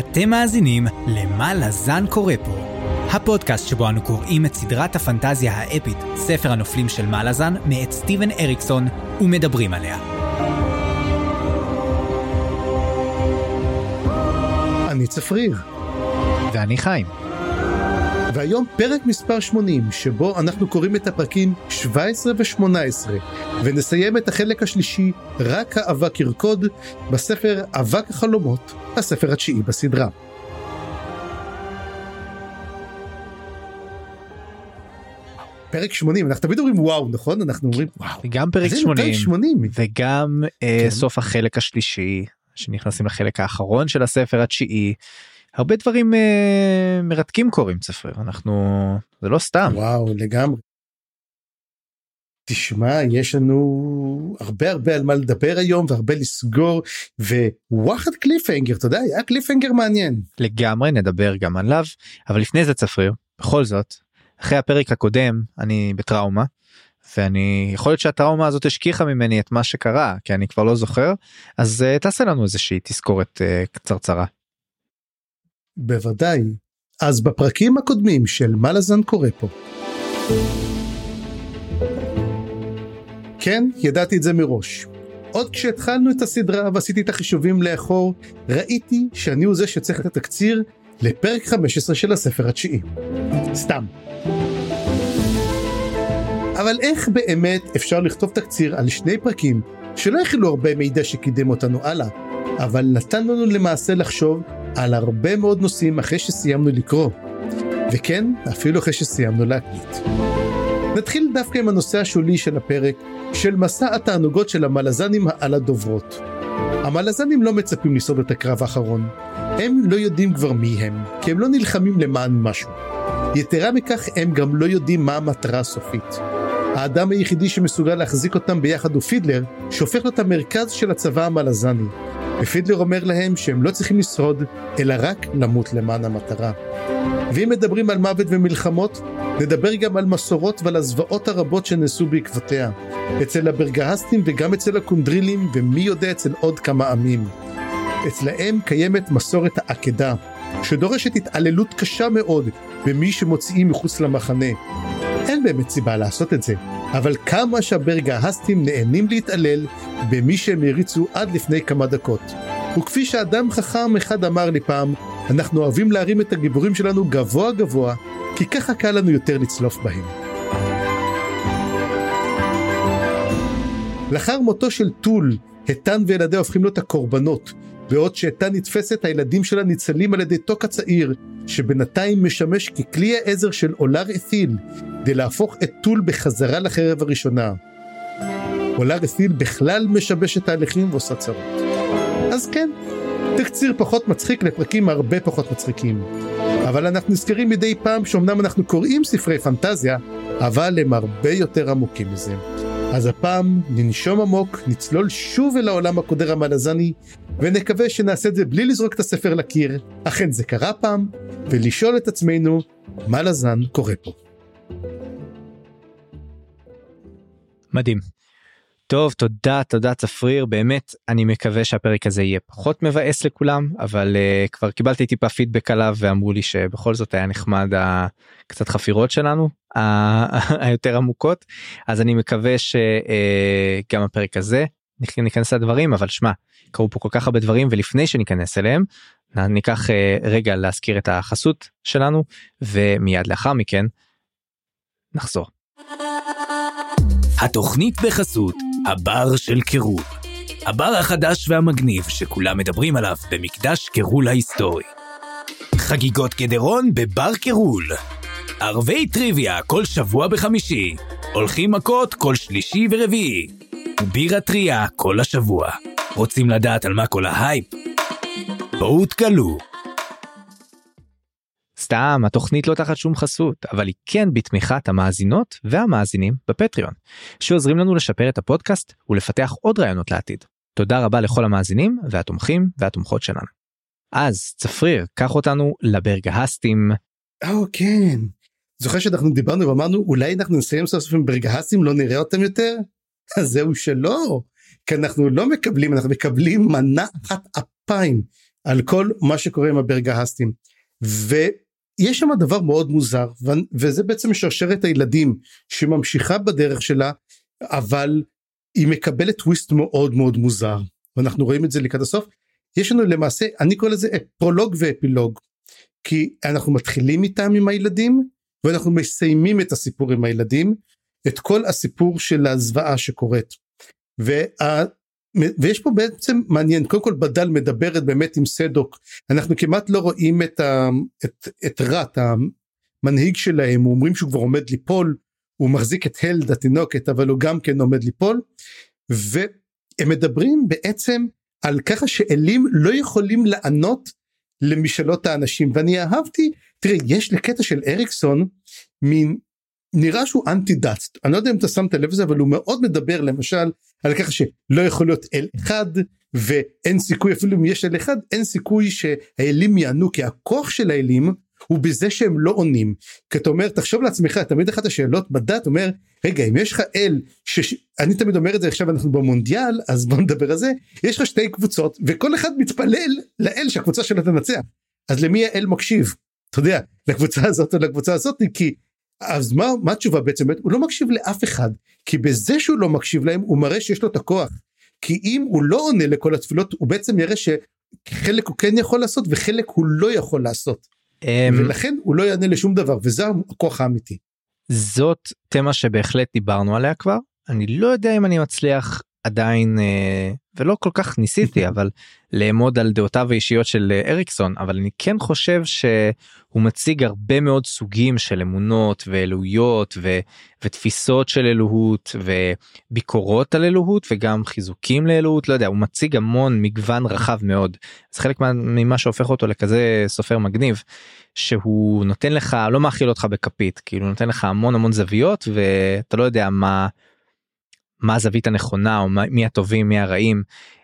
אתם מאזינים למה לזן קורא פה, הפודקאסט שבו אנו קוראים את סדרת הפנטזיה האפית, ספר הנופלים של מה לזן, מאת סטיבן אריקסון, ומדברים עליה. אני צפריר. ואני חיים. והיום פרק מספר 80, שבו אנחנו קוראים את הפרקים 17 ו-18, ונסיים את החלק השלישי, רק האבק ירקוד, בספר אבק החלומות, הספר התשיעי בסדרה. פרק 80, אנחנו תמיד אומרים וואו, נכון? אנחנו אומרים וואו. גם פרק 80, וגם סוף החלק השלישי, שנכנסים לחלק האחרון של הספר התשיעי. הרבה דברים מרתקים קורים, צפריר, זה לא סתם. וואו, לגמרי. תשמע, יש לנו הרבה על מה לדבר היום, והרבה לסגור, ווואחד קליפהנגר, אתה יודע, היה קליפהנגר מעניין. לגמרי, נדבר גם עליו, אבל לפני זה צפריר, בכל זאת, אחרי הפרק הקודם, אני בטראומה, ואני יכול להיות שהטראומה הזאת השכיחה ממני את מה שקרה, כי אני כבר לא זוכר, אז תעשה לנו איזושהי תזכורת קצרצרה. בוודאי. אז בפרקים הקודמים של מה לזן קורא פה. כן, ידעתי את זה מראש. עוד כשהתחלנו את הסדרה ועשיתי את החישובים לאחור, ראיתי שאני הוא זה שצריך את התקציר לפרק 15 של הספר התשיעי. סתם. אבל איך באמת אפשר לכתוב תקציר על שני פרקים שלא הכילו הרבה מידע שקידם אותנו הלאה, אבל נתן לנו למעשה לחשוב על הרבה מאוד נושאים אחרי שסיימנו לקרוא, וכן, אפילו אחרי שסיימנו להקליט. נתחיל דווקא עם הנושא השולי של הפרק, של מסע התענוגות של המלזנים על הדוברות. המלזנים לא מצפים לסוד את הקרב האחרון, הם לא יודעים כבר מי הם, כי הם לא נלחמים למען משהו. יתרה מכך, הם גם לא יודעים מה המטרה הסופית. האדם היחידי שמסוגל להחזיק אותם ביחד הוא פידלר, שהופך לו את המרכז של הצבא המלזני. ופידלר אומר להם שהם לא צריכים לשרוד, אלא רק למות למען המטרה. ואם מדברים על מוות ומלחמות, נדבר גם על מסורות ועל הזוועות הרבות שנעשו בעקבותיה. אצל הברגהסטים וגם אצל הקונדרילים, ומי יודע אצל עוד כמה עמים. אצלהם קיימת מסורת העקדה, שדורשת התעללות קשה מאוד במי שמוציאים מחוץ למחנה. אין באמת סיבה לעשות את זה, אבל כמה שהברגהסטים נהנים להתעלל במי שהם הריצו עד לפני כמה דקות. וכפי שאדם חכם אחד אמר לי פעם, אנחנו אוהבים להרים את הגיבורים שלנו גבוה גבוה, כי ככה קל לנו יותר לצלוף בהם. לאחר מותו של טול, התן וילדיה הופכים לו את הקורבנות, בעוד שהתן נתפסת, הילדים שלה ניצלים על ידי תוק הצעיר, שבינתיים משמש ככלי העזר של אולר אתיל, כדי להפוך את טול בחזרה לחרב הראשונה. אולר אתיל בכלל משבש את ההליכים ועושה צרות. אז כן, תקציר פחות מצחיק לפרקים הרבה פחות מצחיקים. אבל אנחנו נזכרים מדי פעם שאומנם אנחנו קוראים ספרי פנטזיה, אבל הם הרבה יותר עמוקים מזה. אז הפעם ננשום עמוק, נצלול שוב אל העולם הקודר המלזני, ונקווה שנעשה את זה בלי לזרוק את הספר לקיר, אכן זה קרה פעם, ולשאול את עצמנו, מה לזן קורה פה. מדהים. טוב, תודה צפריר, באמת אני מקווה שהפרק הזה יהיה פחות מבאס לכולם, אבל כבר קיבלתי טיפה פידבק עליו, ואמרו לי שבכל זאת היה נחמד קצת חפירות שלנו, היותר עמוקות, אז אני מקווה שגם הפרק הזה ניכנס לדברים, אבל שמה, קראו פה כל כך הרבה דברים, ולפני שניכנס אליהם, ניקח רגע להזכיר את החסות שלנו, ומיד לאחר מכן נחזור. התוכנית בחסות הבר של קירול, הבר החדש והמגניב שכולם מדברים עליו במקדש קירול ההיסטורי. חגיגות גדרון בבר קירול, ערבי טריוויה כל שבוע בחמישי, הולכים מכות כל שלישי ורביעי, ובירה טריה כל השבוע. רוצים לדעת על מה כל ההייפ? בואו תגלו. סתם, התוכנית לא תחת שום חסות, אבל היא כן בתמיכת המאזינות והמאזינים בפטריון, שעוזרים לנו לשפר את הפודקאסט ולפתח עוד רעיונות לעתיד. תודה רבה לכל המאזינים והתומכים והתומכות שלנו. אז צפריר, קח אותנו לברגהסטים. כן. זוכר שאנחנו דיברנו ואמרנו, אולי אנחנו נסיים סוף עם ברגהסטים, לא נראה אותם יותר? אז זהו שלא. כי אנחנו לא מקבלים, אנחנו מקבלים מנה אחת אפיים על כל מה שקורה עם הברגהסטים, ויש שם דבר מאוד מוזר, וזה בעצם שרשרת הילדים שממשיכה בדרך שלה, אבל היא מקבלת טוויסט מאוד מאוד מוזר, ואנחנו רואים את זה לקראת הסוף. יש לנו למעשה, אני קורא לזה פרולוג ואפילוג, כי אנחנו מתחילים איתם עם הילדים, ואנחנו מסיימים את הסיפור עם הילדים, את כל הסיפור של הזוועה שקורית, ויש פה בעצם מעניין, קודם כל בדל מדברת באמת עם סדוק, אנחנו כמעט לא רואים את רת, המנהיג שלהם, הוא אומרים שהוא כבר עומד ליפול, הוא מחזיק את הלד התינוקת, אבל הוא גם כן עומד ליפול, והם מדברים בעצם על ככה שאלים לא יכולים לענות למשאלות האנשים, ואני אהבתי, תראה, יש לקטע של אריקסון, נראה שהוא אנטי דת, אני לא יודע אם אתה שמת לב לזה, אבל הוא מאוד מדבר למשל, על ככה שלא יכול להיות אל אחד, ואין סיכוי, אפילו אם יש אל אחד, אין סיכוי שהאלים יענו, כי הכוח של האלים, הוא בזה שהם לא עונים, כי אתה אומר, תחשוב לעצמך, תמיד אחת השאלות בדת, אומר, רגע, אם יש לך אל, אני תמיד אומר את זה, עכשיו אנחנו במונדיאל, אז בוא נדבר על זה, יש לך שתי קבוצות, וכל אחד מתפלל לאל שהקבוצה שלה תנצח, אז למי האל מקשיב? אתה יודע, לקבוצה הזאת או לקבוצה הזאת, כי, אז מה התשובה בעצם? הוא לא מקשיב לאף אחד, כי בזה שהוא לא מקשיב להם, הוא מראה שיש לו את הכוח, כי אם הוא לא עונה לכל התפילות, הוא בעצם יראה שחלק הוא כן יכול לעשות, וחלק הוא לא יכול לעשות. ולכן הוא לא יענה לשום דבר, וזה הכוח האמיתי. זאת תמה שבהחלט דיברנו עליה כבר, אני לא יודע אם אני מצליח עדיין, ולא כל כך ניסיתי, אבל לעמוד על דעותיו האישיות של אריקסון, אבל אני כן חושב שהוא מציג הרבה מאוד סוגים של אמונות ואלוהיות ותפיסות של אלוהות וביקורות על אלוהות וגם חיזוקים לאלוהות, לא יודע, הוא מציג המון מגוון רחב מאוד, זה חלק ממה שהופך אותו לכזה סופר מגניב, שהוא נותן לך, לא מאכיל אותך בכפית, כאילו נותן לך המון המון זוויות ואתה לא יודע מה הזווית הנכונה, או מי הטובים, מי הרעים,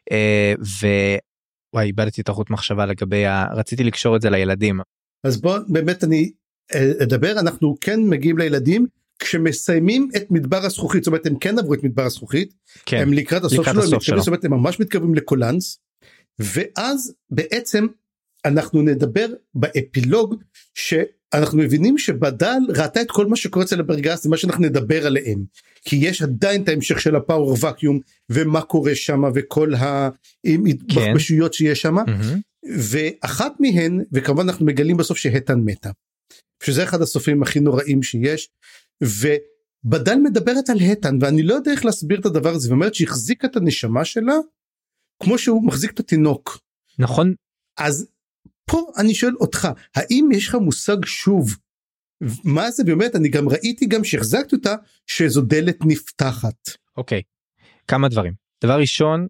וואי, איבדתי את החוט מחשבה לגבי, רציתי לקשור את זה לילדים. אז בוא, באמת אני אדבר, אנחנו כן מגיעים לילדים, כשמסיימים את מדבר הזכוכית, זאת אומרת, הם כן עברו את מדבר הזכוכית, כן, הם לקראת הסוף שלו, זאת אומרת, הם ממש מתקרבים לקולנס, ואז בעצם אנחנו נדבר באפילוג, שאנחנו מבינים שבדל ראתה את כל מה שקורה אצל הברגהסט, זה מה שאנחנו נדבר עליהם, כי יש עדיין את ההמשך של הפאוור ואקיום, ומה קורה שם, וכל ההתבחבשויות שיש שם, ואחת מהן, וכמובן אנחנו מגלים בסוף שהתן מתה, שזה אחד הסופרים הכי נוראים שיש, ובדל מדברת על התן, ואני לא יודע איך להסביר את הדבר הזה, ואומרת שהחזיקה את הנשמה שלה, כמו שהוא מחזיק את התינוק. נכון. אז פה אני שואל אותך, האם יש לך מושג שוב, מה זה? באמת, אני גם ראיתי גם שהחזקתי אותה, שזו דלת נפתחת. אוקיי, כמה דברים. דבר ראשון,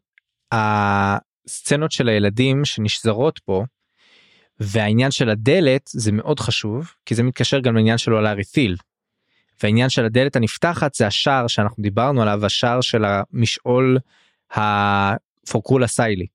הסצנות של הילדים שנשזרות פה, והעניין של הדלת זה מאוד חשוב, כי זה מתקשר גם לעניין של אולארית'יל, והעניין של הדלת הנפתחת זה השער שאנחנו דיברנו עליו, השער של המשעול הפוקרול הסיילי.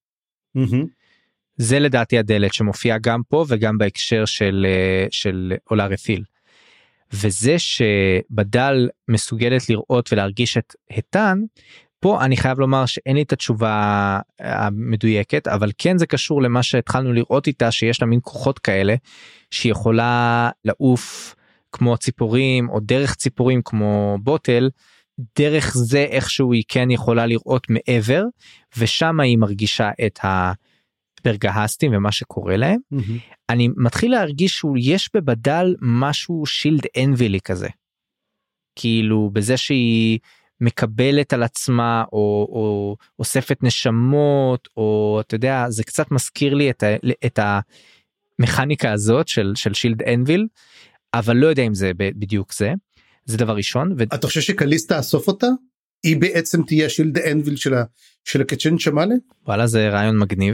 זה לדעתי הדלת שמופיע גם פה וגם בהקשר של אולארית'יל. וזה שבדל מסוגלת לראות ולהרגיש את התן, פה אני חייב לומר שאין לי את התשובה המדויקת, אבל כן זה קשור למה שהתחלנו לראות איתה, שיש לה מין כוחות כאלה, שהיא יכולה לעוף כמו ציפורים, או דרך ציפורים כמו בוטל, דרך זה איכשהו היא כן יכולה לראות מעבר, ושם היא מרגישה את הברגהסטים ומה שקורה להם. אני מתחיל להרגיש שיש בבדל משהו שילד אנבילי כזה, כאילו בזה שהיא מקבלת על עצמה, או אוספת נשמות, או אתה יודע, זה קצת מזכיר לי את המכניקה הזאת של שילד אנביל, אבל לא יודע אם זה בדיוק זה. זה דבר ראשון. אתה חושב שקליסטה אסוף אותה? היא בעצם תהיה שילד אנביל של הקצ'ן שמאלה? וואלה, זה רעיון מגניב.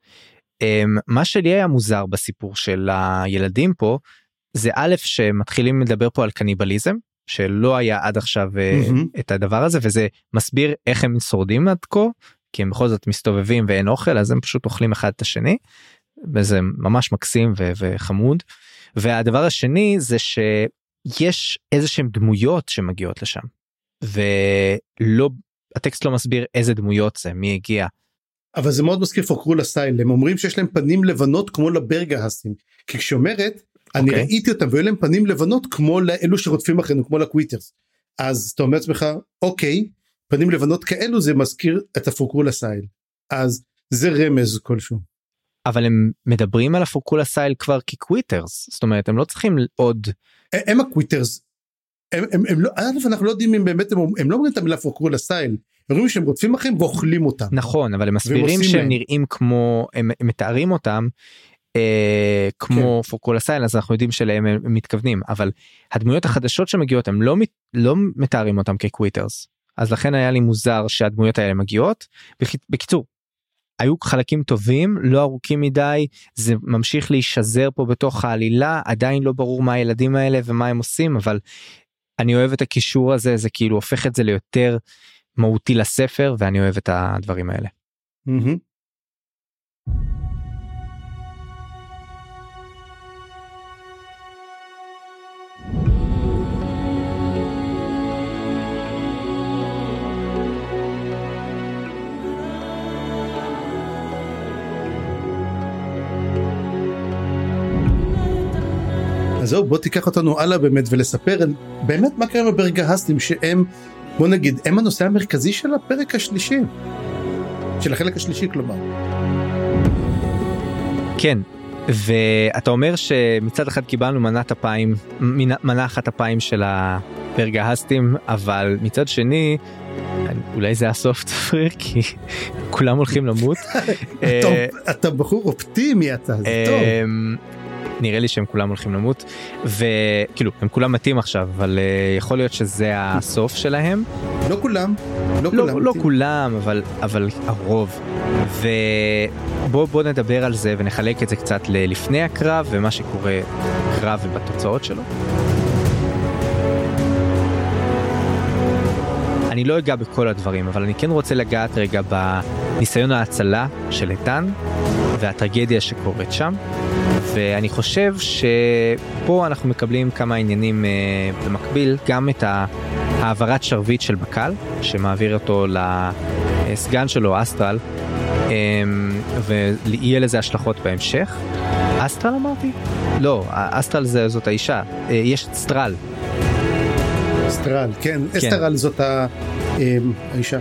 מה שלי היה מוזר בסיפור של הילדים פה, זה א' שמתחילים לדבר פה על קניבליזם, שלא היה עד עכשיו את הדבר הזה, וזה מסביר איך הם שורדים עד כה, כי הם בכל זאת מסתובבים ואין אוכל, אז הם פשוט אוכלים אחד את השני, וזה ממש מקסים וחמוד. והדבר השני זה שיש איזשהם דמויות שמגיעות לשם, ולא, הטקסט לא מסביר איזה דמויות זה, מי הגיע, אבל זה מאוד מזכיר פוקרולה סטייל, הם אומרים שיש להם פנים לבנות כמו לברגהסטים, כי כשאומרת, אני ראיתי אותם והיו להם פנים לבנות כמו לאלו שרודפים אחרינו, כמו לקוויטרס, אז אתה אומר לעצמך, אוקיי, פנים לבנות כאלו זה מזכיר את הפוקרולה סטייל, אז זה רמז כלשהו. אבל הם מדברים על הפוקרולה סטייל כבר כקוויטרס, זאת אומרת הם לא צריכים עוד. הם הקוויטרס, הם לא, אנחנו לא יודעים אם באמת הם לא אומרים את המילה פוקרולה סטייל, הם אומרים שהם רודפים אחריהם ואוכלים אותם. נכון, אבל הם מסבירים שהם נראים כמו, הם מתארים אותם כמו פוקרולה סטייל, אז אנחנו יודעים שלהם הם מתכוונים, אבל הדמויות החדשות שמגיעות הם לא מתארים אותם כקוויטרס, אז לכן היה לי מוזר שהדמויות האלה מגיעות. בקיצור, היו חלקים טובים, לא ארוכים מדי, זה ממשיך להישזר פה בתוך העלילה, עדיין לא ברור מה הילדים האלה ומה הם עושים, אבל אני אוהב את הקישור הזה, זה כאילו הופך את זה ליותר מהותי לספר, ואני אוהב את הדברים האלה. אז זהו, בוא תיקח אותנו הלאה באמת ולספר באמת מה קרה עם הברגהסטים שהם, בוא נגיד, הם הנושא המרכזי של הפרק השלישי, של החלק השלישי כלומר. כן, ואתה אומר שמצד אחד קיבלנו מנה אחת אפיים של הברגהסטים, אבל מצד שני, אולי זה הסוף צפריר, כי כולם הולכים למות. אתה בחור אופטימי, אתה, זה טוב. נראה לי שהם כולם הולכים למות, וכאילו, הם כולם מתים עכשיו, אבל יכול להיות שזה הסוף שלהם. לא כולם. לא כולם, אבל הרוב. ובוא נדבר על זה, ונחלק את זה קצת לפני הקרב, ומה שקורה בקרב ובתוצאות שלו. אני לא אגע בכל הדברים, אבל אני כן רוצה לגעת רגע בניסיון ההצלה של איתן, והטרגדיה שקורית שם. ואני חושב שפה אנחנו מקבלים כמה עניינים במקביל, גם את העברת שרביט של בקל, שמעביר אותו לסגן שלו, אסטרל, ויהיה לזה השלכות בהמשך. אסטרל אמרתי? לא, אסטרל זאת האישה, יש סטרל. סטרל, כן, אסטרל זאת האישה.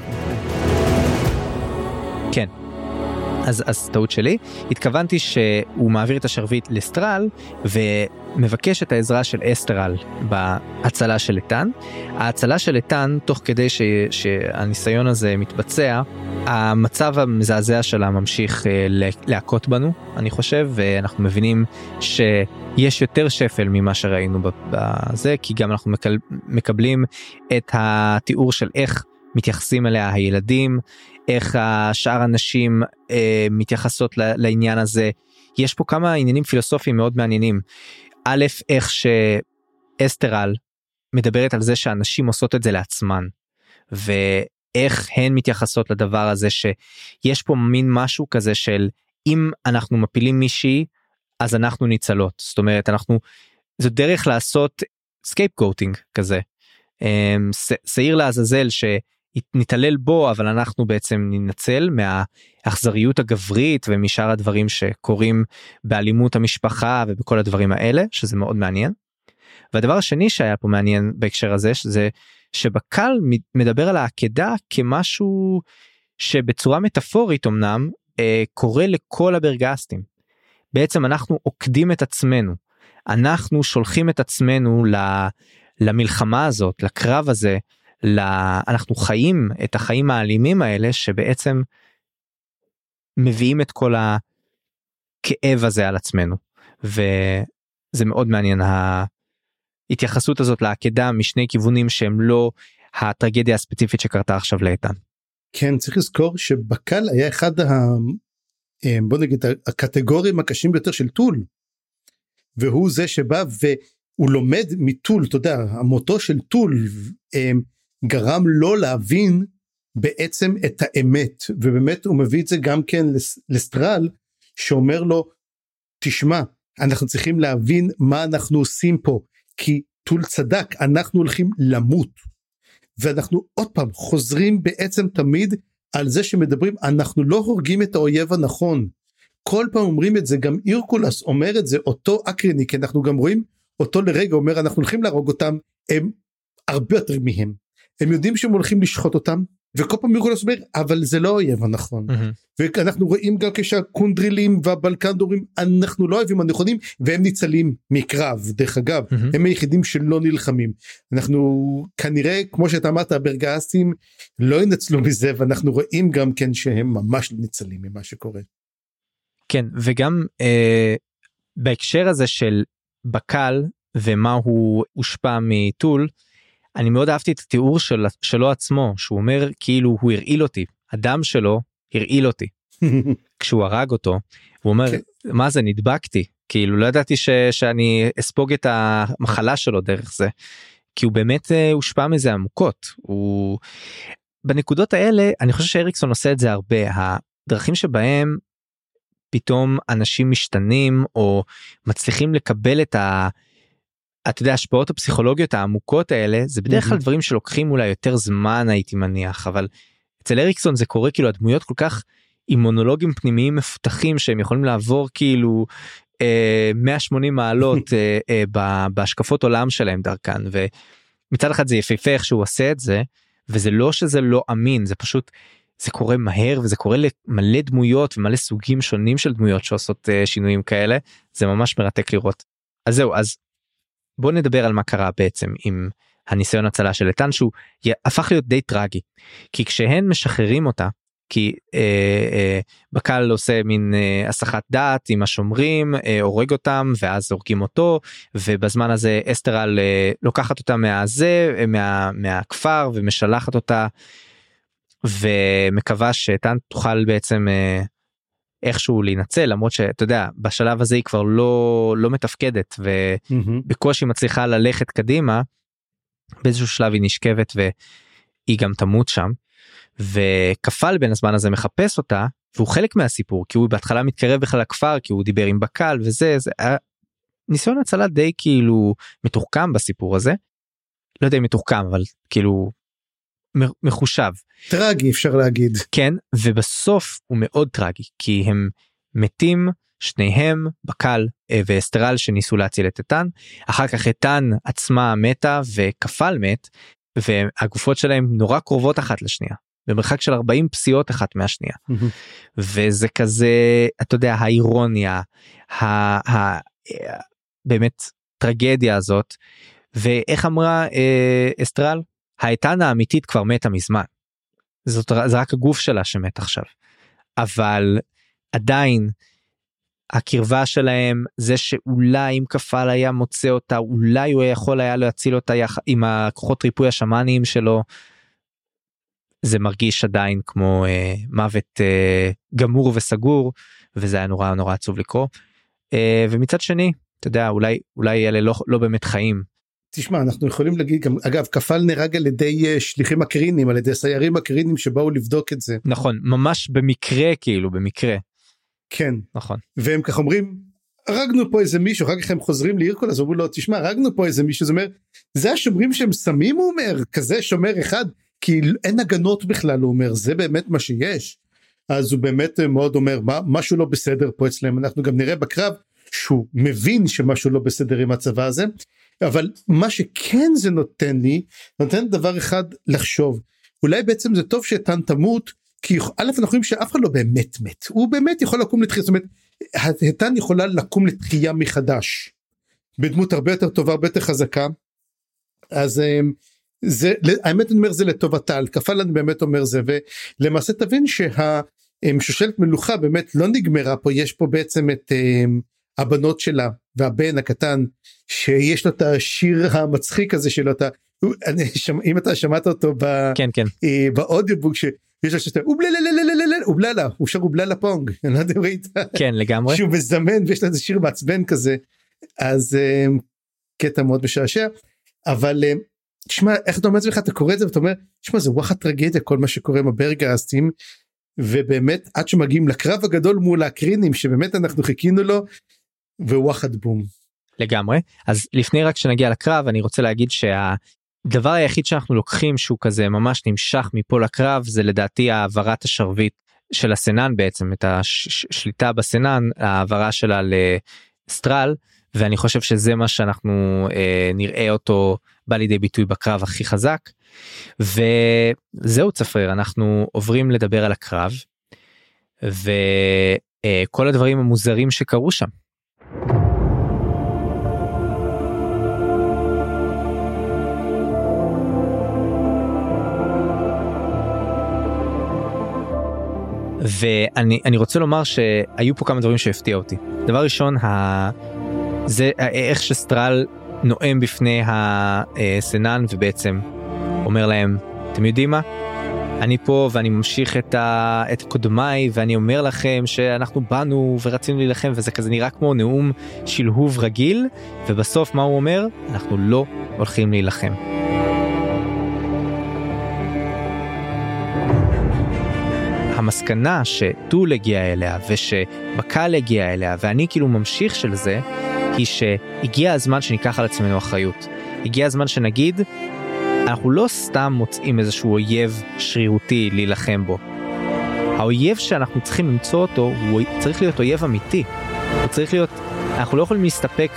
כן. אז טעות שלי, התכוונתי שהוא מעביר את השרביט לסטרל ומבקש את העזרה של אסטרל בהצלה של איתן. ההצלה של איתן, תוך כדי שהניסיון הזה מתבצע, המצב המזעזע שלה ממשיך להכות בנו, אני חושב, ואנחנו מבינים שיש יותר שפל ממה שראינו בזה, כי גם אנחנו מקבלים את התיאור של איך מתייחסים אליה הילדים, איך השאר הנשים מתייחסות לעניין הזה. יש פה כמה עניינים פילוסופיים מאוד מעניינים. א', איך שאסטרל מדברת על זה שאנשים עושות את זה לעצמן, ואיך הן מתייחסות לדבר הזה, שיש פה מין משהו כזה של אם אנחנו מפילים מישהי, אז אנחנו ניצלות. זאת אומרת, זו דרך לעשות סקייפגוטינג כזה. שעיר לעזאזל נתעלל בו, אבל אנחנו בעצם ננצל מהאכזריות הגברית ומשאר הדברים שקורים באלימות המשפחה ובכל הדברים האלה, שזה מאוד מעניין. והדבר השני שהיה פה מעניין בהקשר הזה, זה שבקל מדבר על העקדה כמשהו שבצורה מטאפורית אמנם קורה לכל הברגהסטים. בעצם אנחנו עוקדים את עצמנו, אנחנו שולחים את עצמנו למלחמה הזאת, לקרב הזה, אנחנו חיים את החיים האלימים האלה שבעצם מביאים את כל הכאב הזה על עצמנו, וזה מאוד מעניין ההתייחסות הזאת לעקדה משני כיוונים שהם לא הטרגדיה הספציפית שקרתה עכשיו לאיתן. כן, צריך לזכור שבקל היה אחד בוא נגיד הקטגוריים הקשים ביותר של טול, והוא זה שבא והוא לומד מטול, אתה יודע, המוטו של טול גרם לו להבין בעצם את האמת, ובאמת הוא מביא את זה גם כן לסטרל, שאומר לו, תשמע, אנחנו צריכים להבין מה אנחנו עושים פה, כי טול צדק, אנחנו הולכים למות, ואנחנו עוד פעם חוזרים בעצם תמיד על זה שמדברים, אנחנו לא הורגים את האויב הנכון, כל פעם אומרים את זה, גם אירקולס אומר את זה, אותו אקרניק, אנחנו גם רואים אותו לרגע, אומר אנחנו הולכים להרוג אותם, הם הרבה יותר מהם, הם יודעים שהם הולכים לשחוט אותם, וכל פעם אירקולס אומר, אבל זה לא האויב הנכון, ואנחנו רואים גם כשהקונדרילים והבלקנדורים, אנחנו לא אוהבים הנכונים, והם ניצלים מקרב, דרך אגב, הם היחידים שלא נלחמים, אנחנו כנראה, כמו שאתה אמרת, הברגסטים לא ינצלו מזה, ואנחנו רואים גם כן שהם ממש ניצלים ממה שקורה. כן, וגם בהקשר הזה של בקל, ומה הוא הושפע מטול, אני מאוד אהבתי את התיאור שלו עצמו, שהוא אומר כאילו הוא הרעיל אותי, הדם שלו הרעיל אותי, כשהוא הרג אותו, הוא אומר מה זה נדבקתי, כאילו לא ידעתי שאני אספוג את המחלה שלו דרך זה, כי הוא באמת הושפע מזה עמוקות, בנקודות האלה אני חושב שאריקסון עושה את זה הרבה, הדרכים שבהם פתאום אנשים משתנים, או מצליחים לקבל את אתה יודע, השפעות הפסיכולוגיות העמוקות האלה, זה בדרך כלל דברים שלוקחים אולי יותר זמן, הייתי מניח, אבל אצל אריקסון זה קורה כאילו הדמויות כל כך עם מונולוגים פנימיים מפותחים, שהם יכולים לעבור כאילו 180 מעלות בהשקפות עולם שלהם דרכן, ומצד אחד זה יפהפה איך שהוא עושה את זה, וזה לא שזה לא אמין, זה פשוט, זה קורה מהר, וזה קורה למלא דמויות, ומלא סוגים שונים של דמויות שעושות שינויים כאלה, זה ממש מרתק לראות. אז זהו, אז בוא נדבר על מה קרה בעצם עם הניסיון הצלה של איתן, שהוא הפך להיות די טרגי, כי כשהן משחררים אותה, כי בקל עושה מין הסחת דעת עם השומרים, הורג אותם ואז הורגים אותו, ובזמן הזה אסתרל לוקחת אותה מהכפר ומשלחת אותה, ומקווה שאיתן תוכל בעצם איכשהו להינצל, למרות שאתה יודע, בשלב הזה היא כבר לא מתפקדת, ובקושי מצליחה ללכת קדימה, באיזשהו שלב היא נשכבת, והיא גם תמות שם, וכפל בין הזמן הזה מחפש אותה, והוא חלק מהסיפור, כי הוא בהתחלה מתקרב בכלל לכפר, כי הוא דיבר עם בקל, וזה, ניסיון הצלה די כאילו מתוחכם בסיפור הזה, לא יודע אם מתוחכם, אבל כאילו מחושב. טרגי אפשר להגיד. כן, ובסוף הוא מאוד טרגי, כי הם מתים שניהם, בקל ואסתרל שניסו להציל את איתן, אחר כך איתן עצמה מתה וכפל מת, והגופות שלהם נורא קרובות אחת לשנייה, במרחק של 40 פסיעות אחת מהשנייה, וזה כזה, אתה יודע, האירוניה, באמת טרגדיה הזאת, ואיך אמרה אסתרל? האיתן האמיתית כבר מתה מזמן, זה רק הגוף שלה שמת עכשיו, אבל עדיין הקרבה שלהם, זה שאולי אם כפל היה מוצא אותה, אולי הוא יכול היה להציל אותה עם הכוחות ריפוי השמאניים שלו, זה מרגיש עדיין כמו מוות גמור וסגור, וזה היה נורא נורא עצוב לקרוא, ומצד שני, אתה יודע, אולי אלה לא באמת חיים. תשמע, אנחנו יכולים להגיד גם, אגב, כפל נהרג על ידי שליחים אקרינים, על ידי סיירים אקרינים שבאו לבדוק את זה. נכון, ממש במקרה כאילו, במקרה. כן. נכון. והם כך אומרים, הרגנו פה איזה מישהו, אחר כך הם חוזרים לאירקול, אז אומרים לו, תשמע, הרגנו פה איזה מישהו, זאת אומרת, זה השומרים שהם שמים, הוא אומר, כזה שומר אחד, כי אין הגנות בכלל, הוא אומר, זה באמת מה שיש. אז הוא באמת מאוד אומר, משהו לא בסדר פה אצלם, אנחנו גם נראה בקרב, שהוא מבין שמשהו לא בסדר עם הצבא הזה, אבל מה שכן זה נותן לי, נותן דבר אחד לחשוב, אולי בעצם זה טוב שאיתן תמות, כי א' אנחנו רואים שאף אחד לא באמת מת, הוא באמת יכול לקום לתחייה, זאת אומרת, איתן יכולה לקום לתחייה מחדש, בדמות הרבה יותר טובה, הרבה יותר חזקה, אז זה, האמת אני אומר זה לטובתה, על כפל אני באמת אומר זה, ולמעשה תבין שהשושלת מלוכה באמת לא נגמרה פה, יש פה בעצם את הבנות שלה, והבן הקטן, שיש לו את השיר המצחיק הזה שלו, אם אתה שמעת אותו באודיובוק, יש לו שאתה, אובללה, הוא שר אובללה פונג, אני לא יודע אם ראית, כן לגמרי, שהוא מזמן, ויש לו איזה שיר מעצבן כזה, אז קטע מאוד משעשע, אבל תשמע, איך אתה אומר את זה לך, אתה קורא את זה, ואתה אומר, תשמע, זה וואחד טרגדיה, כל מה שקורה עם הברגסטים, ובאמת, עד שמגיעים לקרב הגדול מול האקרינים, שבאמת אנחנו חיכינו לו, ווואחד בום. לגמרי, אז לפני רק שנגיע לקרב, אני רוצה להגיד הדבר היחיד שאנחנו לוקחים שהוא כזה ממש נמשך מפה לקרב זה לדעתי העברת השרביט של הסנן בעצם, את השליטה בסנן, העברה שלה לסטרל, ואני חושב שזה מה שאנחנו נראה אותו בא לידי ביטוי בקרב הכי חזק. וזהו צפריר, אנחנו עוברים לדבר על הקרב וכל הדברים המוזרים שקרו שם. ואני רוצה לומר שהיו פה כמה דברים שהפתיע אותי. דבר ראשון, זה איך שסטרל נואם בפני הסנן ובעצם אומר להם, אתם יודעים מה? אני פה ואני ממשיך את קודמיי ואני אומר לכם שאנחנו באנו ורצינו להילחם, וזה כזה נראה כמו נאום שלהוב רגיל, ובסוף מה הוא אומר? אנחנו לא הולכים להילחם. המסקנה שטול הגיע אליה ושבקל הגיע אליה ואני כאילו ממשיך של זה, היא שהגיע הזמן שניקח על עצמנו אחריות. הגיע הזמן שנגיד, אנחנו לא סתם מוצאים איזשהו אויב שרירותי להילחם בו. האויב שאנחנו צריכים למצוא אותו, הוא צריך להיות אויב אמיתי. הוא צריך להיות, אנחנו לא יכולים להסתפק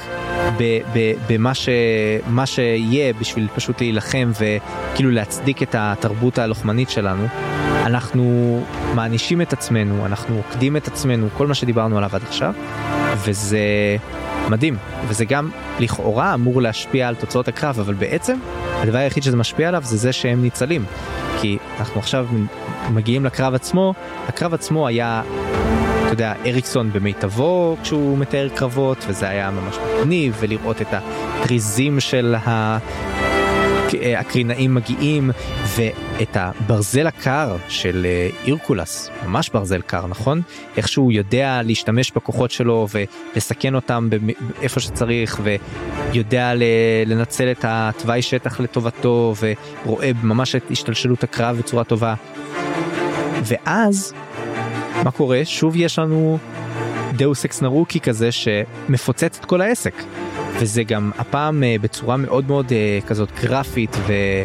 במה שיהיה בשביל פשוט להילחם וכאילו להצדיק את התרבות הלוחמנית שלנו. אנחנו מענישים את עצמנו, אנחנו עוקדים את עצמנו, כל מה שדיברנו עליו עד עכשיו, וזה מדהים, וזה גם לכאורה אמור להשפיע על תוצאות הקרב, אבל בעצם הדבר היחיד שזה משפיע עליו זה שהם ניצלים, כי אנחנו עכשיו מגיעים לקרב עצמו. הקרב עצמו היה, אתה יודע, אריקסון במיטבו כשהוא מתאר קרבות, וזה היה ממש מגניב, ולראות את הטריזים של הקרינאים מגיעים, ואת הברזל הקר של אירקולס, ממש ברזל קר, נכון? איך שהוא יודע להשתמש בכוחות שלו ולסכן אותם איפה שצריך, ויודע לנצל את התוואי שטח לטובתו, ורואה ממש את השתלשלות הקרב בצורה טובה. ואז מה קורה? שוב יש לנו דאוס אקס נרוקי כזה שמפוצץ את כל העסק, וזה גם הפעם בצורה מאוד מאוד כזאת גרפית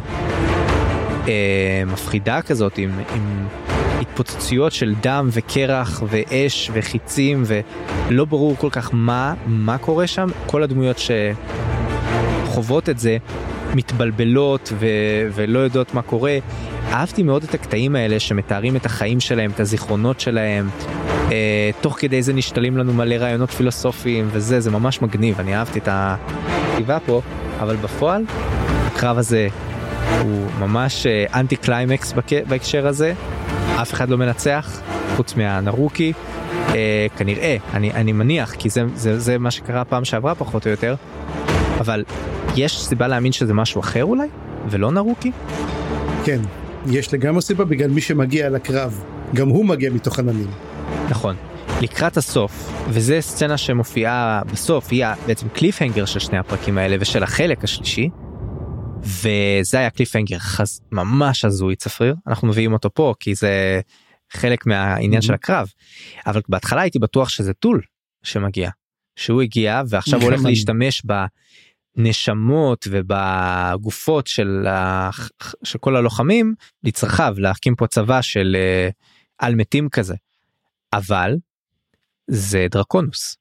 ומפחידה כזאת, עם התפוצצויות של דם וקרח ואש וחיצים, ולא ברור כל כך מה קורה שם. כל הדמויות שחוות את זה מתבלבלות ולא יודעות מה קורה. אהבתי מאוד את הקטעים האלה שמתארים את החיים שלהם, את הזיכרונות שלהם, תוך כדי זה נשתלים לנו מלא רעיונות פילוסופיים, זה ממש מגניב. אני אהבתי את הכתיבה פה, אבל בפועל הקרב הזה הוא ממש אנטי קליימקס בהקשר הזה. אף אחד לא מנצח חוץ מהנרוקי, כנראה, אני מניח, כי זה מה שקרה פעם שעברה פחות או יותר, אבל יש סיבה להאמין שזה משהו אחר אולי, ולא נרוקי? כן, יש לגמרי סיבה, בגלל מי שמגיע לקרב, גם הוא מגיע מתוך עננים. נכון, לקראת הסוף, וזו סצנה שמופיעה בסוף, היא בעצם קליפהנגר של שני הפרקים האלה ושל החלק השלישי, וזה היה קליפהנגר ממש הזוי צפריר. אנחנו מביאים אותו פה כי זה חלק מהעניין של הקרב, אבל בהתחלה הייתי בטוח שזה טול שמגיע, שהוא הגיע ועכשיו הוא הולך להשתמש בנשמות ובגופות של כל הלוחמים לצרכיו, להקים פה צבא של על מתים כזה, אבל זה דרקונוס,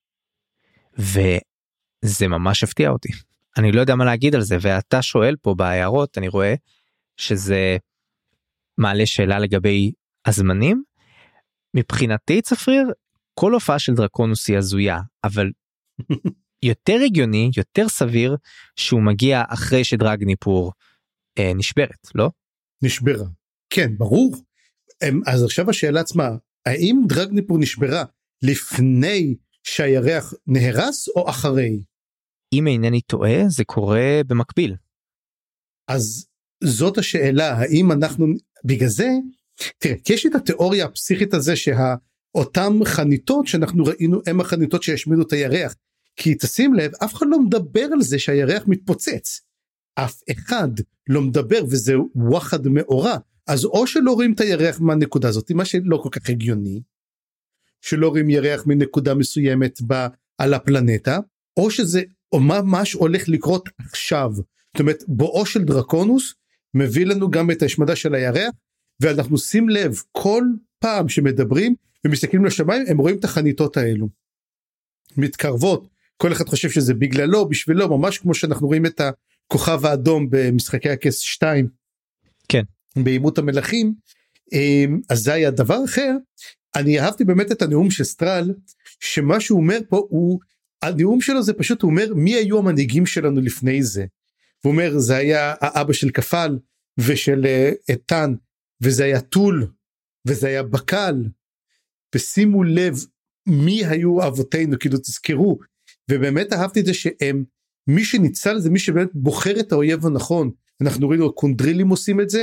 וזה ממש הפתיע אותי. אני לא יודע מה להגיד על זה, ואתה שואל פה בהערות, אני רואה שזה מעלה שאלה לגבי הזמנים. מבחינתי צפריר, כל הופעה של דרקונוס היא הזויה, אבל יותר הגיוני, יותר סביר, שהוא מגיע אחרי שדרגניפור נשברת, לא? נשברה, כן, ברור. אז עכשיו השאלה עצמה, האם דרגניפור נשברה לפני שהירח נהרס או אחרי? אם אינני טועה, זה קורה במקביל. אז זאת השאלה, האם אנחנו, בגלל זה, תראה, יש את התיאוריה הפסיכית הזה שאותם חניתות שאנחנו ראינו, הם החניתות שהשמידו את הירח, כי תשים לב, אף אחד לא מדבר על זה שהירח מתפוצץ, אף אחד לא מדבר, וזה ווחד מאורע, אז או שלא רואים את הירח מהנקודה הזאת, מה שלא כל כך הגיוני, שלא רואים ירח מנקודה מסוימת על הפלנטה, או שזה או ממש הולך לקרות עכשיו. זאת זאת אומרת, בואו של דרקונוס מביא לנו גם את ההשמדה של הירח, ואנחנו שים לב, כל פעם שמדברים ומסתכלים לשמיים, הם רואים את החניתות האלו, מתקרבות, כל אחד חושב שזה בגללו, בשבילו, ממש כמו שאנחנו רואים את הכוכב האדום במשחקי הכס 2, כן. בעימות המלכים, אז זה היה דבר אחר. אני אהבתי באמת את הנאום של סטרל, שמה שהוא אומר פה, הנאום שלו זה פשוט, הוא אומר, מי היו המנהיגים שלנו לפני זה? הוא אומר, זה היה האבא של כפל, ושל איתן, וזה היה טול, וזה היה בקל, ושימו לב, מי היו אבותינו, כאילו תזכרו, ובאמת אהבתי את זה שהם, מי שניצל זה מי שבאמת בוחר את האויב הנכון, אנחנו ראינו, הקונדרילים עושים את זה,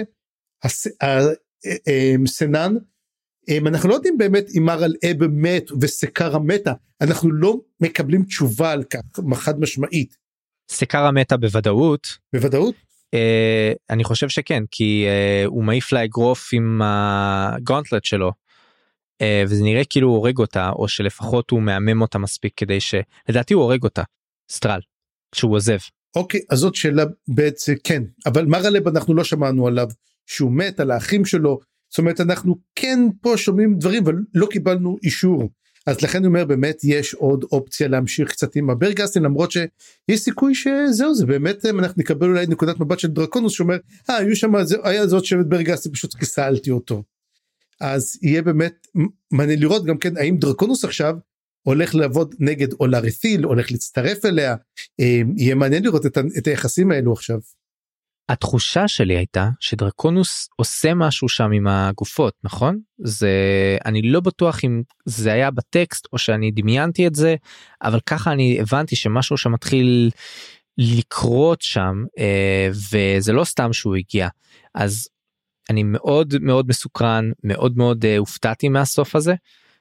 סנן, אנחנו לא יודעים באמת אם מרל אב מת וסקרה מתה, אנחנו לא מקבלים תשובה על כך, חד משמעית. סקרה מתה בוודאות. בוודאות? אני חושב שכן, כי הוא מעיף לה אגרוף עם הגאונטלט שלו, וזה נראה כאילו הוא הורג אותה, או שלפחות הוא מאמם אותה מספיק כדי לדעתי הוא הורג אותה, סטרל, כשהוא עוזב. אוקיי, אז זאת שאלה בעצם, כן, אבל מרל אב אנחנו לא שמענו עליו, שהוא מת, על האחים שלו, זאת אומרת אנחנו כן פה שומעים דברים, אבל לא קיבלנו אישור, אז לכן אני אומר באמת יש עוד אופציה להמשיך קצת עם הברגסטים, למרות שיש סיכוי שזהו, זה באמת אנחנו נקבל אולי נקודת מבט של דרקונוס, שאומר, היו שם, היה זאת שבט ברגסטים, פשוט כיסלתי אותו, אז יהיה באמת מעניין לראות גם כן, האם דרקונוס עכשיו הולך לעבוד נגד אולרית'יל, הולך להצטרף אליה, יהיה מעניין לראות את היחסים האלו עכשיו. התחושה שלי הייתה שדרקונוס עושה משהו שם עם הגופות, נכון? אני לא בטוח אם זה היה בטקסט או שאני דמיינתי את זה, אבל ככה אני הבנתי שמשהו שמתחיל לקרות שם, וזה לא סתם שהוא הגיע. אז אני מאוד מאוד מסוקרן, מאוד מאוד הופתעתי מהסוף הזה,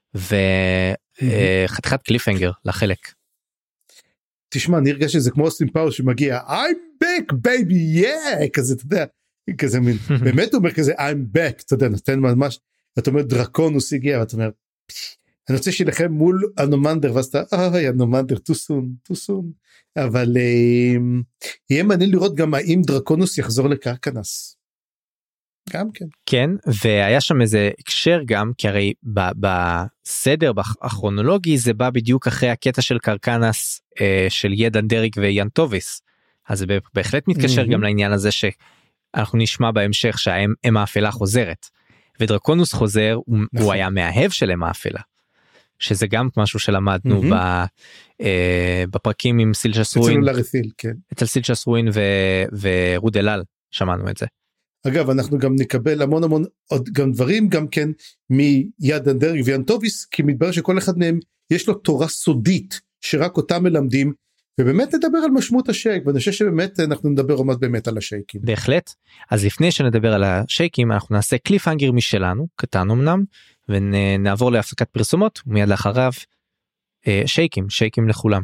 וחתיכת קליפהנגר לחלק. תשמע, אני הרגש שזה כמו אוסטין פאוורס שמגיע, I'm back baby, yeah, כזה, אתה יודע, כזה מין, באמת הוא אומר כזה, I'm back, אתה יודע, נותן ממש, אתה אומר דרקונוס הגיע, ואתה אומר, אני רוצה שילכם מול הנומנדר, ואז אתה, הנומנדר, too soon, אבל יהיה מעניין לראות גם האם דרקונוס יחזור לקרקנס. גם כן. כן, והיה שם איזה הקשר גם, כי הרי בסדר הכרונולוגי זה בא בדיוק אחרי הקטע של קרקנס של ידן דריק ויאנטוביס, אז זה בהחלט מתקשר גם לעניין הזה שאנחנו נשמע בהמשך שהאם האפלה חוזרת, ודרקונוס חוזר, הוא היה מאהב של אם האפלה, שזה גם משהו שלמדנו בפרקים עם סילצ'ס רואין, אצל סילצ'ס רואין ורוד אל-על, שמענו את זה. אגב, אנחנו גם נקבל המון עוד גם דברים, גם כן מידן דריק ויאנטוביס, כי מתברר שכל אחד מהם יש לו תורה סודית, שרק אותם מלמדים, ובאמת נדבר על משמעות השייק, ואני חושב שבאמת אנחנו נדבר עומד באמת על השייקים. בהחלט, אז לפני שנדבר על השייקים, אנחנו נעשה קליפהנגר משלנו, קטן אמנם, ונעבור להפסקת פרסומות, ומיד לאחריו, שייקים לכולם.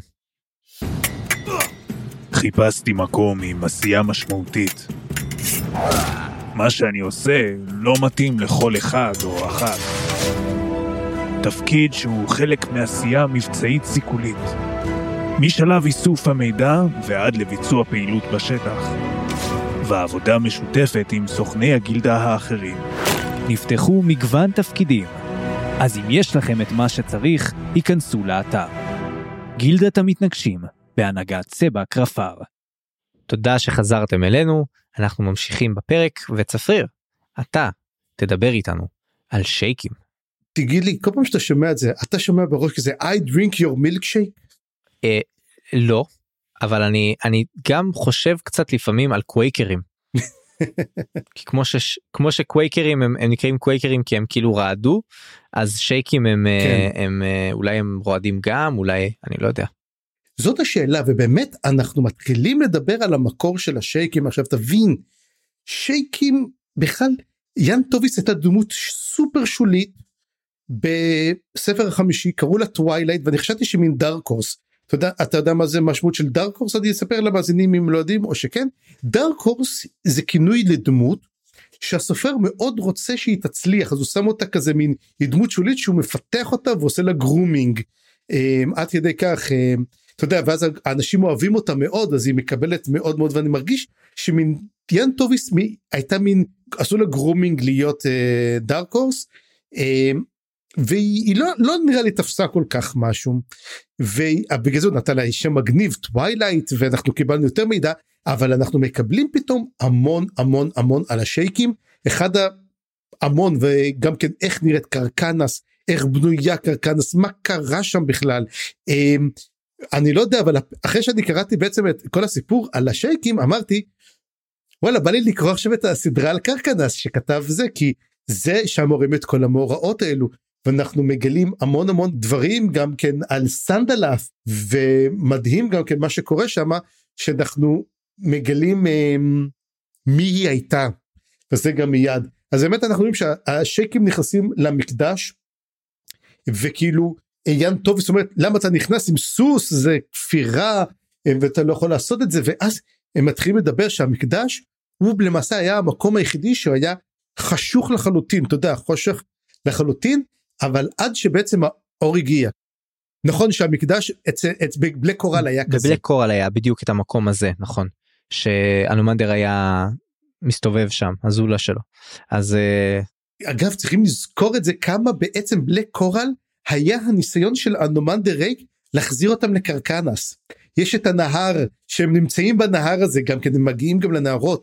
חיפשתי מקום עם עשייה משמעותית. מה שאני עושה לא מתאים לכל אחד או אחת. תפקיד שהוא חלק מעשייה מבצעית סיכולית. משלב איסוף המידע ועד לביצוע פעילות בשטח. ועבודה משותפת עם סוכני הגילדה האחרים. נפתחו מגוון תפקידים. אז אם יש לכם את מה שצריך, היכנסו לאתר. גילדת המתנגשים, בהנהגת סבא קרפר. תודה שחזרתם אלינו, אנחנו ממשיכים בפרק, וצפריר, אתה תדבר איתנו על שייקים. תגיד לי, כל פעם שאתה שומע את זה, אתה שומע בראש כזה, I drink your milkshake? לא, אבל אני גם חושב קצת לפעמים על קווייקרים. כי כמו שקווייקרים הם נקראים קווייקרים כי הם כאילו רעדו, אז שייקים הם אולי הם רועדים גם, אולי, אני לא יודע. זאת השאלה, ובאמת אנחנו מתחילים לדבר על המקור של השייקים. עכשיו תבין, שייקים בכלל, יאנטוביס הייתה דמות סופר שולית בספר החמישי, קראו לה טווילייט, ואני חשבתי שמין דארק-הורס. אתה יודע מה זה משמעות של דארק-הורס? אני אספר למאזינים אם לא יודעים או שכן. דארק-הורס זה כינוי לדמות שהסופר מאוד רוצה שהיא תצליח, אז הוא שם אותה כזה מין דמות שולית שהוא מפתח אותה ועושה לה גרומינג, עד כדי כך, אתה יודע, ואז האנשים אוהבים אותה מאוד, אז היא מקבלת מאוד מאוד, ואני מרגיש שמין דיאן טוביס הייתה מין, עשו לה גרומינג להיות דארק הורס, והיא לא נראה לי תפסה כל כך משהו, ובגלל זה נתן לה שם מגניב טווילייט, ואנחנו קיבלנו יותר מידע, אבל אנחנו מקבלים פתאום המון המון המון על השייקים, אחד המון, וגם כן איך נראית קרקנס, איך בנויה קרקנס, מה קרה שם בכלל, אני לא יודע, אבל אחרי שאני קראתי בעצם את כל הסיפור על השייקים, אמרתי, וואלה, בא לי לקרוא עכשיו את הסדרה על קרקנס שכתב זה, כי זה שם רואים את כל המאורעות האלו, ואנחנו מגלים המון המון דברים גם כן על סנדלף, ומדהים גם כן מה שקורה שם, שאנחנו מגלים מי היא הייתה, וזה גם מיד. אז באמת אנחנו רואים שהשייקים נכנסים למקדש, וכאילו עניין טוב, זאת אומרת, למה אתה נכנס עם סוס, זה כפירה, ואתה לא יכול לעשות את זה, ואז הם מתחילים לדבר שהמקדש, הוא למעשה היה המקום היחידי שהוא היה חשוך לחלוטין, אתה יודע, חושך לחלוטין, אבל עד שבעצם האור הגיע. נכון שהמקדש בבלק קורל היה כזה. בבלק קורל היה בדיוק את המקום הזה, נכון, שאנומנדר היה מסתובב שם, הזולה שלו. אז אגב, צריכים לזכור את זה, כמה בעצם בלק קורל היה הניסיון של אנומנדר ריק להחזיר אותם לקרקנס. יש את הנהר, שהם נמצאים בנהר הזה, גם כן הם מגיעים גם לנהרות,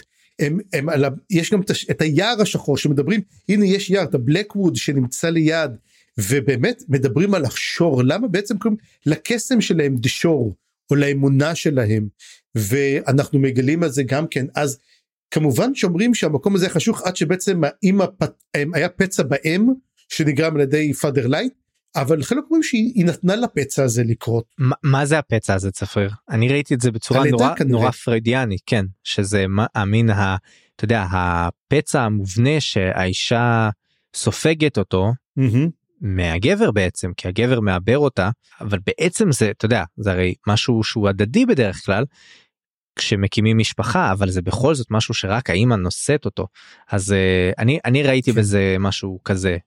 יש גם את היער השחור שמדברים, הנה יש יער, את הבלקווד שנמצא ליד, ובאמת מדברים על השור, למה בעצם קוראים לקסם שלהם דשור, או לאמונה שלהם, ואנחנו מגלים על זה גם כן, אז כמובן שאומרים שהמקום הזה חשוך, עד שבעצם היה פצע באם, שנגרם על ידי פאדר לייט, אבל חלק אומרים שהיא נתנה לפצע הזה לקרות. מה זה הפצע הזה, צפריר? אני ראיתי את זה בצורה נורא פריידיאנית, כן, שזה המין, אתה יודע, הפצע המובנה שהאישה סופגת אותו, מהגבר בעצם, כי הגבר מעבר אותה, אבל בעצם זה, אתה יודע, זה הרי משהו שהוא הדדי בדרך כלל, כשמקימים משפחה, אבל זה בכל זאת משהו שרק האמא נושאת אותו, אז אני ראיתי בזה משהו כזה.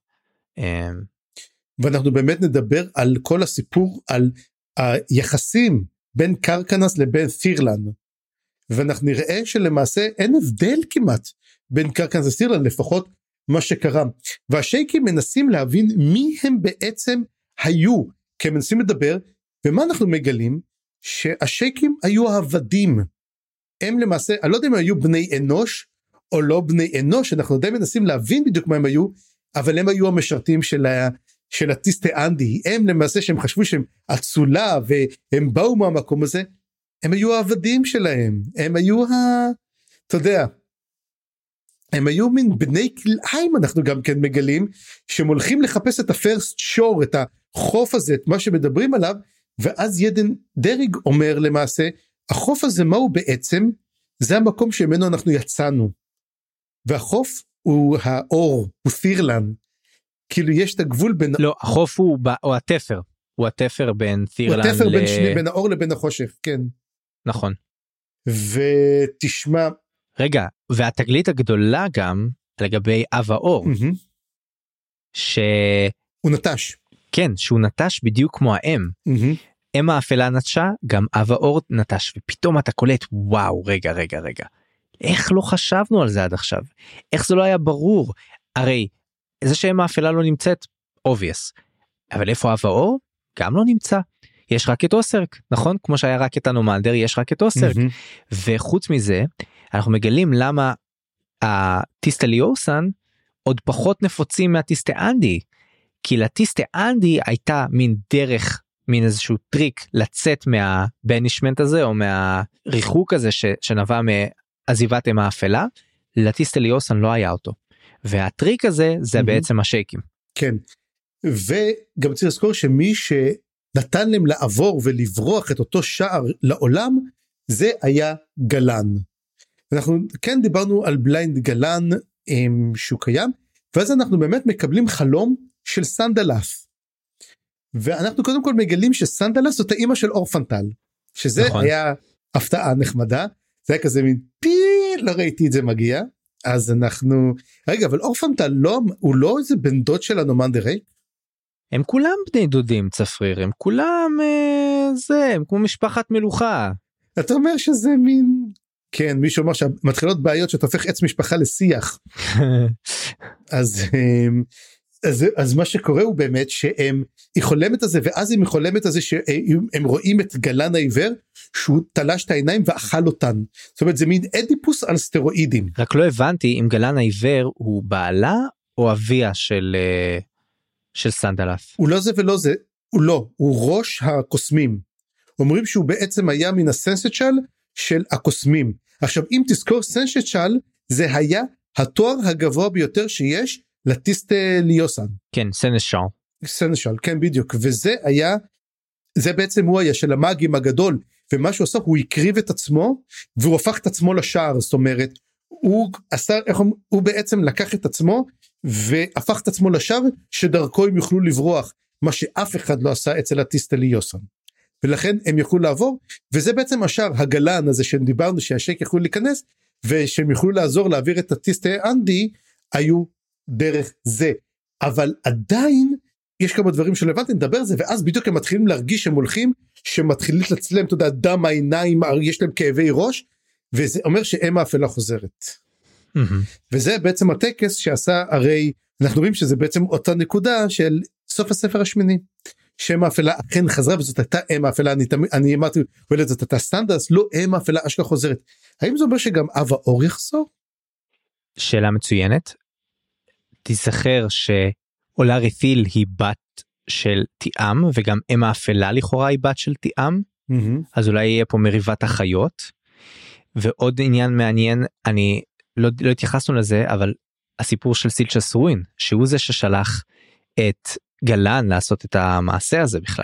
ואנחנו באמת נדבר על כל הסיפור, על היחסים בין קרקנס לבין פירלן, ואנחנו נראה שלמעשה אין הבדל כמעט, בין קרקנס לפירלן, לפחות מה שקרה, והשייקים מנסים להבין מי הם בעצם היו, כי הם מנסים לדבר, ומה אנחנו מגלים? שהשייקים היו העבדים, הם למעשה, אני לא יודע אם היו בני אנוש, או לא בני אנוש, אנחנו עדיין מנסים להבין בדיוק מה הם היו, אבל הם היו המשרתים של הטיסטה אנדי, הם למעשה שהם חשבו שהם אצולה, והם באו מהמקום הזה, הם היו העבדים שלהם, הם היו אתה יודע, הם היו מין בני כלאיים, אנחנו גם כן מגלים, שהם הולכים לחפש את הפרסט שור, את החוף הזה, את מה שמדברים עליו, ואז ידן דריג אומר למעשה, החוף הזה מהו בעצם? זה המקום שממנו אנחנו יצאנו, והחוף הוא האור, הוא פירלן, כאילו יש את הגבול בין... לא, החוף הוא התפר, הוא התפר בין פירלן הוא התפר בין האור לבין החושך, כן. נכון. ותשמע... רגע, והתגלית הגדולה גם לגבי אב האור, הוא נטש. כן, שהוא נטש בדיוק כמו האם. אם האפלה נטשה, גם אב האור נטש, ופתאום אתה קולט, וואו, רגע, איך לא חשבנו על זה עד עכשיו? איך זה לא היה ברור? הרי, זה שאם האפלה לא נמצאת, obvious. אבל איפה אב האור? גם לא נמצא. יש רק את אוסרק, נכון? כמו שהיה רק את אנומנדר, יש רק את אוסרק. וחוץ מזה, אנחנו מגלים למה הטיסטה ליאורסן עוד פחות נפוצים מהטיסטה אנדי. כי לטיסטה אנדי הייתה מין דרך, מין איזשהו טריק לצאת מהבנישמנט הזה, או מהריחוק הזה שנבע מעזיבת עם האפלה, לטיסטה ליאורסן לא היה אותו. והטריק הזה זה בעצם השייקים. כן, וגם צריך לזכור שמי שנתן להם לעבור ולברוח את אותו שער לעולם, זה היה גלן. אנחנו כן דיברנו על בליינד גלן שהוא קיים, ואז אנחנו באמת מקבלים חלום של סנדלף. ואנחנו קודם כל מגלים שסנדלף זאת האמא של אורפנטל, שזה נכון. היה הפתעה נחמדה, זה היה כזה מין לא ראיתי את זה מגיע, אז אנחנו, רגע, אבל אורפנטל הוא לא איזה בן דוד של אנומנדר ריק? הם כולם בני דודים צפריר, הם כולם הם כמו משפחת מלוכה. אתה אומר שזה מין כן, מישהו אומר שמתחילות בעיות שאתה הופך עץ משפחה לשיח. אז מה שקורה הוא באמת שהיא חולמת על זה, ואז היא חולמת על זה שהם רואים את גלן העיוור, שהוא תלש את העיניים ואכל אותן. זאת אומרת, זה מין אדיפוס על סטרואידים. רק לא הבנתי אם גלן העיוור הוא בעלה או אביה של סנדלף. הוא לא זה ולא זה, הוא ראש הקוסמים. אומרים שהוא בעצם היה מן הסנסצ'ל של הקוסמים. עכשיו, אם תזכור, סנסצ'ל זה היה התואר הגבוה ביותר שיש לטיסטליוסן. כן, סנשל, כן בדיוק, וזה היה, זה בעצם הוא היה של המאגים הגדול, ומה שהוא עשה, הוא הקריב את עצמו, והוא הפך את עצמו לשער, זאת אומרת, הוא בעצם לקח את עצמו, והפך את עצמו לשער, שדרכו הם יוכלו לברוח, מה שאף אחד לא עשה אצל הטיסטליוסן, ולכן הם יוכלו לעבור, וזה בעצם השער הגלן הזה, שדיברנו שהשייק יכלו להיכנס, ושהם יוכלו לעזור להעביר את הטיסטאנדי, היו דרך זה, אבל עדיין יש כמה דברים שלבנתי, נדבר על זה, ואז בדיוק הם מתחילים להרגיש שהם הולכים, שמתחילים לצלם, אתה יודע, דם העיניים, יש להם כאבי ראש, וזה אומר שאם האפלה חוזרת. וזה בעצם הטקס שעשה, הרי אנחנו רואים שזה בעצם אותה נקודה של סוף הספר השמיני, שם האפלה אכן חזרה, וזאת הייתה אם האפלה, אני אמרתי, זאת הייתה סטנדרס, לא אם האפלה אשכה חוזרת. האם זה אומר שגם אב האור יחזור? שאלה מצוינת. תזכר שאולרי תיל היא בת של תיאם, וגם אם האפלה לכאורה היא בת של תיאם, אז אולי יהיה פה מריבת החיות. ועוד עניין מעניין, אני לא התייחסנו לזה, אבל הסיפור של סילצ'ס רוין, שהוא זה ששלח את גלן לעשות את המעשה הזה בכלל,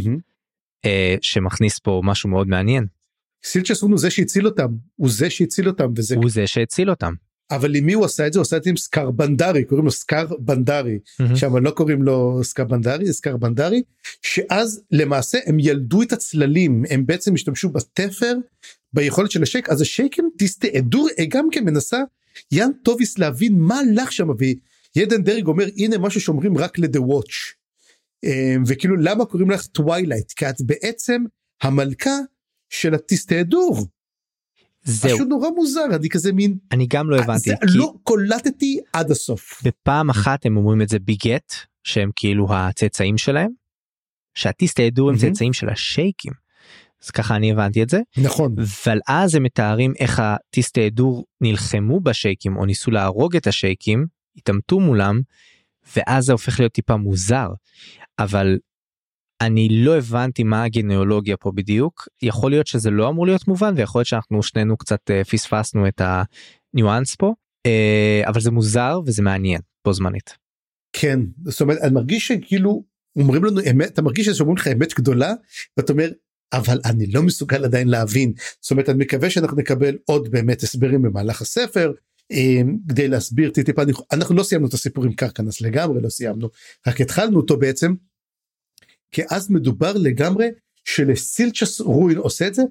שמכניס פה משהו מאוד מעניין. סילצ'ס רוין הוא זה שהציל אותם, הוא זה שהציל אותם, אבל למי הוא עשה את זה? הוא עשה את זה עם סקר בנדרי, קוראים לו סקר בנדרי, שם לא קוראים לו סקר בנדרי, סקר בנדרי, שאז למעשה הם ילדו את הצללים, הם בעצם השתמשו בתפר, ביכולת של השייק, אז השייקים תסתעדור, גם כן מנסה, יאן טוביס להבין מה הלך שם, וידן דרג אומר, הנה משהו שאומרים רק ל-The Watch, וכאילו למה קוראים לך טווילייט, כי את בעצם המלכה של התסתעדור, משהו נורא מוזר, אני כזה מין, אני גם לא הבנתי, לא קולטתי עד הסוף. בפעם אחת הם אומרים את זה ביגט, שהם כאילו הצאצאים שלהם, שהתסתעדור הם צאצאים של השייקים, אז ככה אני הבנתי את זה. נכון. אבל אז הם מתארים איך התסתעדור נלחמו בשייקים, או ניסו להרוג את השייקים, התעמתו מולם, ואז זה הופך להיות טיפה מוזר, אבל אני לא הבנתי מה הגנאולוגיה פה בדיוק, יכול להיות שזה לא אמור להיות מובן, ויכול להיות שאנחנו שנינו קצת פספסנו את הניואנס פה, אבל זה מוזר וזה מעניין, בו זמנית. כן, זאת אומרת, אני מרגיש שכאילו, אומרים לנו אמת, אתה מרגיש שאומרים לך אמת גדולה, ואתה אומר, אבל אני לא מסוגל עדיין להבין, זאת אומרת, אני מקווה שאנחנו נקבל עוד באמת הסברים במהלך הספר, כדי להסביר טיפה, אנחנו לא סיימנו את הסיפור עם קרקנס, לגמרי לא סיימנו, רק התחלנו אותו בעצם, כי אז מדובר לגמרי שלסילצ'ס רוין עושה את זה,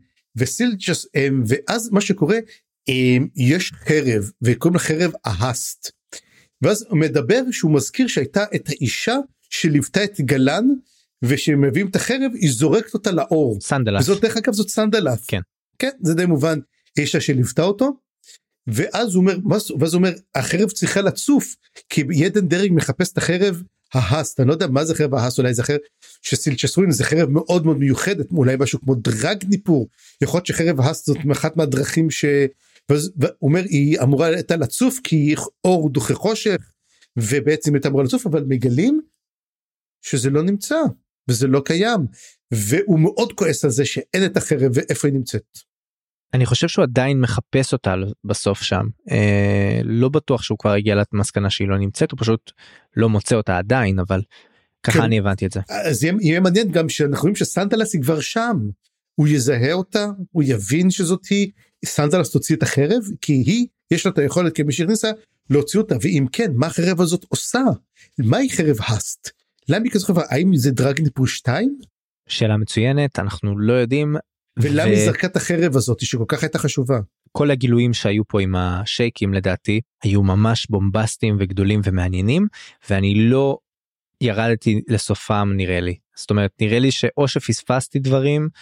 ואז מה שקורה, יש חרב, וקוראים לחרב ההסט, ואז הוא מדבר שהוא מזכיר שהייתה את האישה שליוותה את גלן, ושמביאים את החרב, היא זורקת אותה לאור. סנדלף. וזאת דרך אגב, זאת סנדלף. כן. כן, זה די מובן, אישה שליוותה אותו, ואז הוא אומר, החרב צריכה לצוף, כי ידן דרג מחפש את החרב ההסט, אני לא יודע מה זה חרב ההסט, אולי זה חרב שסילצ'ס רוין, זה חרב מאוד מאוד מיוחדת, אולי משהו כמו דרג ניפור, יכול להיות שחרב ההסט זאת אחת מהדרכים הוא אומר, היא אמורה הייתה לצוף, כי אור דוחה חושך, ובעצם הייתה אמורה לצוף, אבל מגלים שזה לא נמצא, וזה לא קיים, והוא מאוד כועס על זה שאין את החרב ואיפה היא נמצאת. אני חושב שהוא עדיין מחפש אותה בסוף שם, לא בטוח שהוא כבר הגיע למסקנה שהיא לא נמצאת, הוא פשוט לא מוצא אותה עדיין, אבל ככה אני הבנתי את זה. אז יהיה מעניין גם שאנחנו רואים שסנדלס היא כבר שם, הוא יזהה אותה, הוא יבין שזאת היא, סנדלס תוציא את החרב, כי היא, יש לה את היכולת כמי שהכניסה, להוציא אותה, ואם כן, מה החרב הזאת עושה? מה היא חרב הסט? למה היא כזו חרב? האם זה דרג ניפור 2? שאלה מצוינת, אנחנו לא יודעים. ולמה היא זרקה את החרב הזאת, שכל כך הייתה חשובה? כל הגילויים שהיו פה עם השייקים לדעתי, היו ממש בומבסטיים וגדולים ומעניינים, ואני לא ירדתי לסופם נראה לי. זאת אומרת, נראה לי שאו שפספסתי דברים,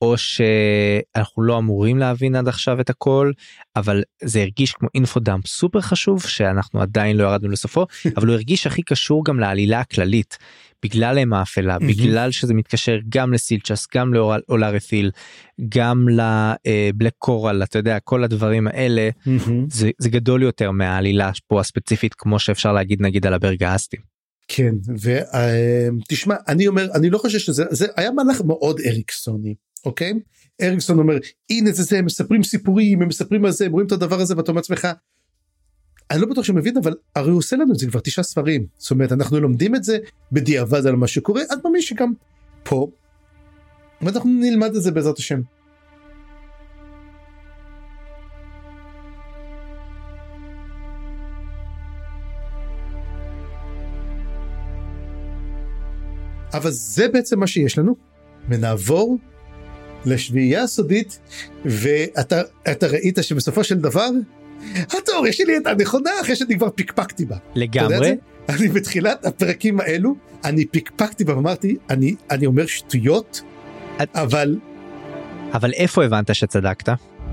או שאנחנו לא אמורים להבין עד עכשיו את הכל, אבל זה הרגיש כמו אינפודאמפ סופר חשוב, שאנחנו עדיין לא ירדנו לסופו, אבל הוא הרגיש הכי קשור גם לעלילה הכללית, בגלל הם האפלה, בגלל שזה מתקשר גם לסילצ'ס, גם לאולארת'יל, גם לבלק קורל, אתה יודע, כל הדברים האלה, זה גדול יותר מהעלילה פה הספציפית, כמו שאפשר להגיד נגיד על הברגהסטים. כן, ותשמע, אני אומר, אני לא חושב שזה היה מהלך מאוד אריקסוני, אוקיי? אריקסון אומר, הנה זה, הם מספרים סיפורים, הם מספרים על זה, הם רואים את הדבר הזה, ואתה אומר לעצמך, אני לא בטוח שמבין, אבל הרי הוא עושה לנו את זה כבר 9 ספרים, זאת אומרת, אנחנו לומדים את זה בדיעבד על מה שקורה, עד ממש שגם פה, ואנחנו נלמד את זה בעזרת השם. אבל זה בעצם מה שיש לנו, ונעבור לשביעייה הסודית, ואתה ראית שבסופו של דבר, התיאוריה שלי הייתה נכונה, אחרי שאני כבר פיקפקתי בה. לגמרי. אני בתחילת הפרקים האלו, אני פיקפקתי בה ואמרתי, אני אומר שטויות, אבל... אבל איפה הבנת שצדקת?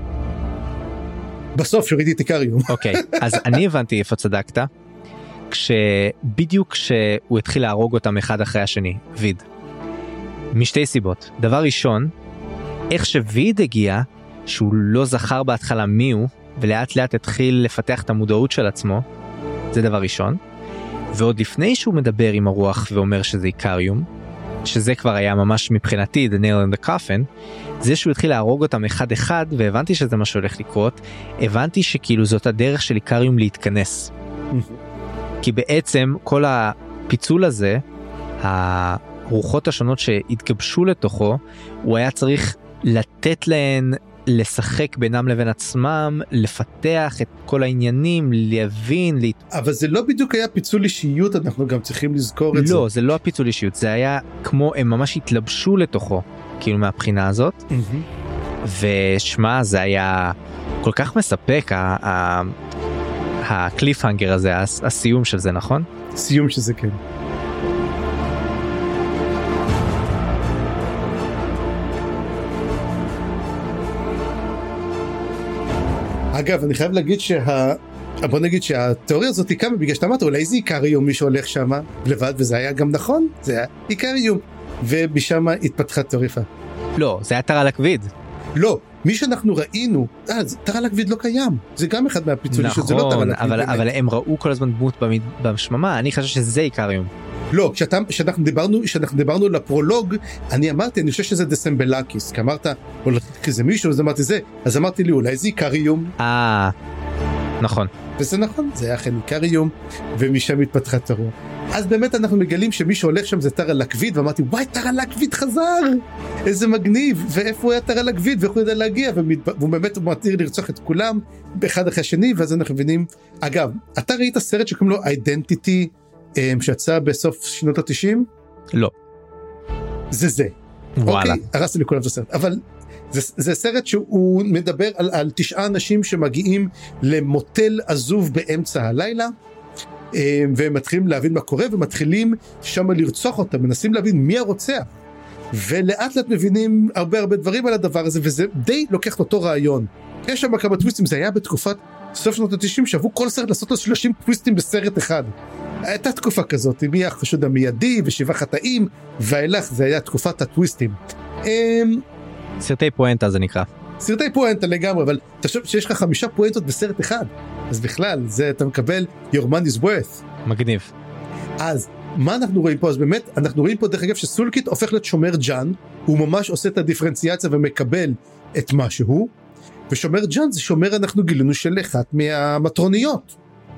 בסוף שורידי את איקריום. אוקיי, אז אני הבנתי איפה צדקת, בדיוק כשהוא התחיל להרוג אותם אחד אחרי השני, ויד. משתי סיבות. דבר ראשון, איך שוויד הגיע, שהוא לא זכר בהתחלה מי הוא, ולאט לאט התחיל לפתח את המודעות של עצמו, זה דבר ראשון. ועוד לפני שהוא מדבר עם הרוח ואומר שזה איקריום, שזה כבר היה ממש מבחינתי, the nail in the coffin, זה שהוא התחיל להרוג אותם אחד אחד, והבנתי שזה מה שהולך לקרות, הבנתי שכאילו זאת הדרך של איקריום להתכנס. כי בעצם כל הפיצול הזה, הרוחות השונות שהתגבשו לתוכו, הוא היה צריך לתת להן לשחק בינם לבין עצמם, לפתח את כל העניינים, להבין, אבל זה לא בדיוק היה פיצול אישיות, אנחנו גם צריכים לזכור את זה. לא, זה לא הפיצול אישיות, זה היה כמו, הם ממש התלבשו לתוכו, כאילו מהבחינה הזאת, ושמה זה היה כל כך מספק, הקליפהנגר הזה, הסיום של זה, נכון? סיום שזה כן. אגב, אני חייב להגיד בוא נגיד שהתיאוריה הזאת קמה בגלל שאתה אמרת, אולי זה איקריום מי שהולך שם לבד, וזה היה גם נכון, זה היה איקריום, ובשם התפתחה תיאוריה. לא, זה היה טרל הכביד. לא, מי שאנחנו ראינו, טרל הכביד לא קיים, זה גם אחד מהפיצולים, נכון, שזה לא טרל הכביד. אבל הם ראו כל הזמן דמות בשממה, אני חושב שזה איקריום. לא, כשאנחנו דיברנו על הפרולוג, אני אמרתי, אני חושב שזה דסמבלקיס, כי אמרת, כי זה מישהו, אז אמרתי זה, אז אמרתי לי, אולי זה איקריום. נכון. וזה נכון, זה היה אכן איקריום, ומשם התפתחה תרוע. אז באמת אנחנו מגלים שמי שהולך שם זה טרל הכביד, ואמרתי, וואי, טרל הכביד חזר! איזה מגניב, ואיפה הוא היה טרל הכביד, ואיך הוא ידע להגיע, והוא באמת מתיר לרצוח את כולם, באחד אחרי השני, ואז אנחנו מבינים, אגב, אתה ראית סרט שקוראים לו Identity, שיצא בסוף שנות ה-90? לא. זה. וואלה. אוקיי, הרסתי לכולם את הסרט, אבל זה סרט שהוא מדבר על 9 אנשים שמגיעים למוטל עזוב באמצע הלילה, והם מתחילים להבין מה קורה, ומתחילים שם לרצוח אותם, מנסים להבין מי הרוצח, ולאט לאט מבינים הרבה דברים על הדבר הזה, וזה די לוקח את אותו רעיון. יש שם כמה טוויסטים, זה היה בתקופת סוף שנות ה-90, שעברו כל סרט לעשות 30 טוויסטים בסרט אחד. הייתה תקופה כזאת, מי החשוד המיידי ו7 חטאים, ואילך זה היה תקופת הטוויסטים. סרטי פואנטה זה נקרא. סרטי פואנטה לגמרי, אבל תחשוב שיש לך 5 פואנטות בסרט אחד, אז בכלל, זה אתה מקבל your money is worth. מגניב. אז מה אנחנו רואים פה? אז באמת, אנחנו רואים פה דרך אגב שסולקיט הופך להיות שומר ג'אן, הוא ממש עושה את הדיפרנציאציה ומקבל את מה שהוא, ושומר ג'אן זה שומר, אנחנו גילינו של אחת מהמטרוניות.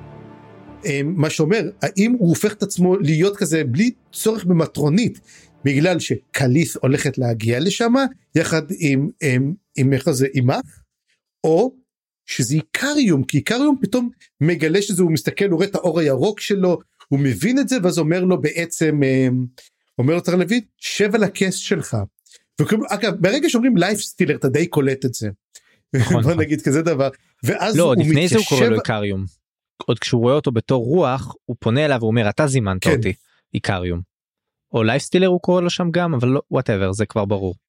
מה שאומר, האם הוא הופך את עצמו להיות כזה בלי צורך במטרונית, בגלל שקלית' הולכת להגיע לשם, יחד עם איך זה אימך, או שזה איקריום, כי איקריום פתאום מגלה שזה, הוא מסתכל, הוא רואה את האור הירוק שלו, הוא מבין את זה, ואז אומר לו בעצם, אומר לו טרל הכביד, שב על הכס שלך. אגב, ברגע שאומרים לייף סטילר, אתה די קולט את זה. בוא נגיד כזה דבר. ואז לא, הוא מתיישב... לפני זה הוא קורא לו איקריום. עוד כשהוא רואה אותו בתור רוח, הוא פונה אליו ואומר, אתה זימנת אותי, איקריום. או לייף סטילר הוא קורא לו שם גם, אבל לא, whatever, זה כבר ברור.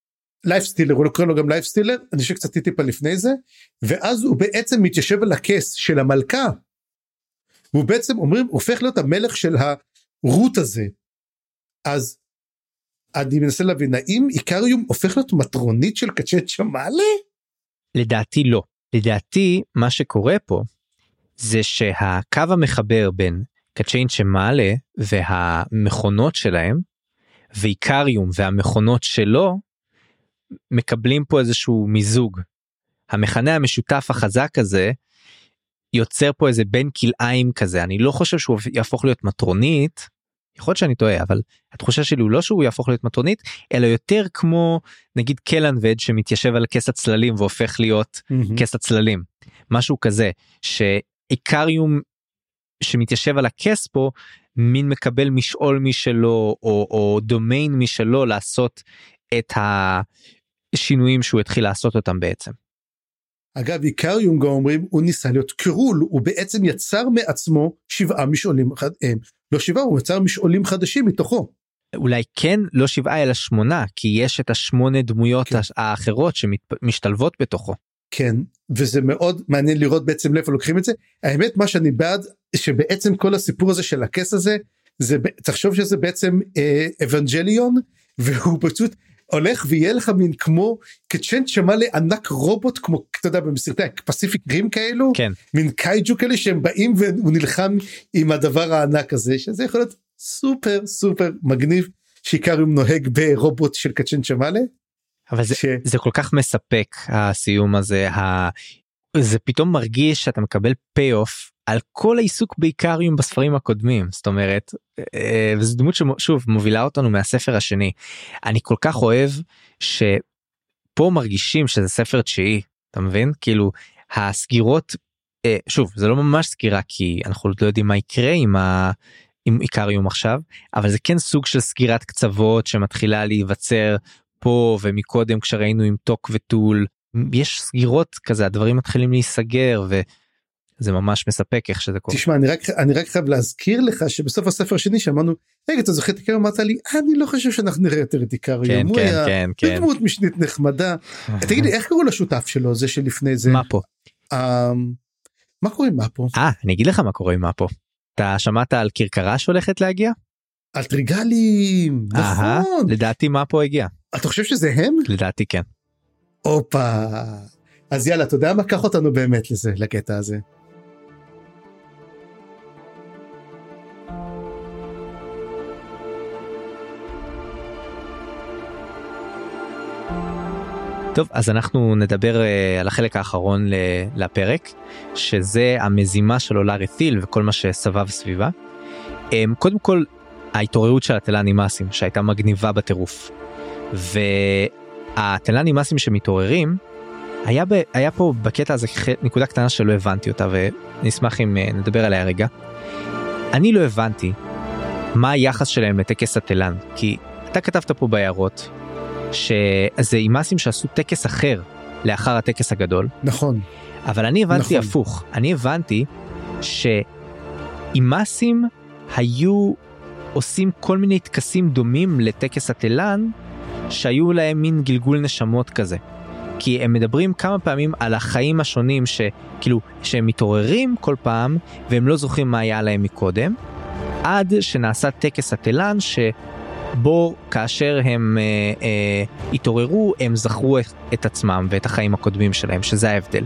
לייפסטילר, הוא לא קורא לו גם לייפסטילר, אני חושב קצת טיפה לפני זה, ואז הוא בעצם מתיישב על הכס של המלכה, והוא בעצם אומרים, הופך להיות המלך של הרוט הזה, אז אני מנסה להבין, האם איקריום הופך להיות מטרונית של קצ'ט שמאלה? לדעתי לא, לדעתי מה שקורה פה, זה שהקו המחבר בין קצ'יין שמאלה והמכונות שלהם, ואיקריום והמכונות שלו, מקבלים פה איזשהו מיזוג. המכנה המשותף החזק הזה, יוצר פה איזה בין כלאיים כזה, אני לא חושב שהוא יהפוך להיות מטרונית, יכול להיות שאני טועה, אבל התחושה שלי הוא לא שהוא יהפוך להיות מטרונית, אלא יותר כמו נגיד קלנבד שמתיישב על כס הצללים והופך להיות כס הצללים, משהו כזה, שאיקריום שמתיישב על הכס פה, מין מקבל משעול משלו, או דומיין משלו לעשות את השינויים שהוא התחיל לעשות אותם בעצם. אגב, איקריום גם אומרים, הוא ניסה להיות קרול, הוא בעצם יצר מעצמו 7 משעולים, לא 7, הוא יצר משעולים חדשים מתוכו. אולי כן, לא 7 אלא 8, כי יש את 8 דמויות כן. האחרות שמשתלבות בתוכו. כן, וזה מאוד מעניין לראות בעצם לאיפה לוקחים את זה. האמת, מה שאני בעד, שבעצם כל הסיפור הזה של הכס הזה, תחשוב שזה בעצם אבנג'ליון, והוא פשוט הולך ויהיה לך מין כמו קצ'נט שמאלה ענק רובוט, כמו אתה יודע במסרטי פסיפיק רים כאלו, כן. מין קייג'ו כאלה שהם באים והוא נלחם עם הדבר הענק הזה, שזה יכול להיות סופר סופר מגניב, שאיקריום נוהג ברובוט של קצ'נט שמאלה. אבל זה כל כך מספק הסיום הזה, זה פתאום מרגיש שאתה מקבל פי-אוף על כל העיסוק באיקריום בספרים הקודמים, זאת אומרת, וזו דמות ששוב מובילה אותנו מהספר השני, אני כל כך אוהב שפה מרגישים שזה ספר תשיעי, אתה מבין? כאילו הסגירות, שוב זה לא ממש סגירה כי אנחנו לא יודעים מה יקרה עם איקריום עכשיו, אבל זה כן סוג של סגירת קצוות שמתחילה להיווצר פה ומקודם כשראינו עם טוק וטול, יש סגירות כזה, הדברים מתחילים להיסגר וזה ממש מספק איך שזה קורה. תשמע, אני רק חייב להזכיר לך שבסוף הספר השני שאמרנו, רגע, אתה זוכר את איקריום, אמרת לי, אני לא חושב שאנחנו נראה יותר את איקריום, הוא היה דמות משנית נחמדה. תגיד לי, איך קראו לשותף שלו, זה שלפני זה? מפו. מה קורה עם מפו? אני אגיד לך מה קורה עם מפו. אתה שמעת על קרקרה שהולכת להגיע? על טריגלים, נכון. לדעתי מפו הגיע. אתה חושב שזה הם? לדעתי כן. אופה, אז יאללה, אתה יודע מה? קח אותנו באמת לזה, לקטע הזה. טוב, אז אנחנו נדבר על החלק האחרון לפרק, שזה המזימה של אולארי תיל וכל מה שסבב סביבה. קודם כל, ההתעוררות של הטלנימאסים, שהייתה מגניבה בטירוף. והטלנימאסים שמתעוררים, היה פה בקטע הזה נקודה קטנה שלא הבנתי אותה, ונשמח אם נדבר עליה רגע. אני לא הבנתי מה היחס שלהם לטקס הטלן, כי אתה כתבת פה בהערות, שזה אימאסים שעשו טקס אחר לאחר הטקס הגדול. נכון. אבל אני הבנתי הפוך. אני הבנתי שאימאסים היו עושים כל מיני טקסים דומים לטקס הטלן, שהיו להם מין גלגול נשמות כזה. כי הם מדברים כמה פעמים על החיים השונים שכאילו שהם מתעוררים כל פעם והם לא זוכרים מה היה להם מקודם, עד שנעשה טקס הטלן שבו כאשר הם התעוררו הם זכרו את עצמם ואת החיים הקודמים שלהם, שזה ההבדל.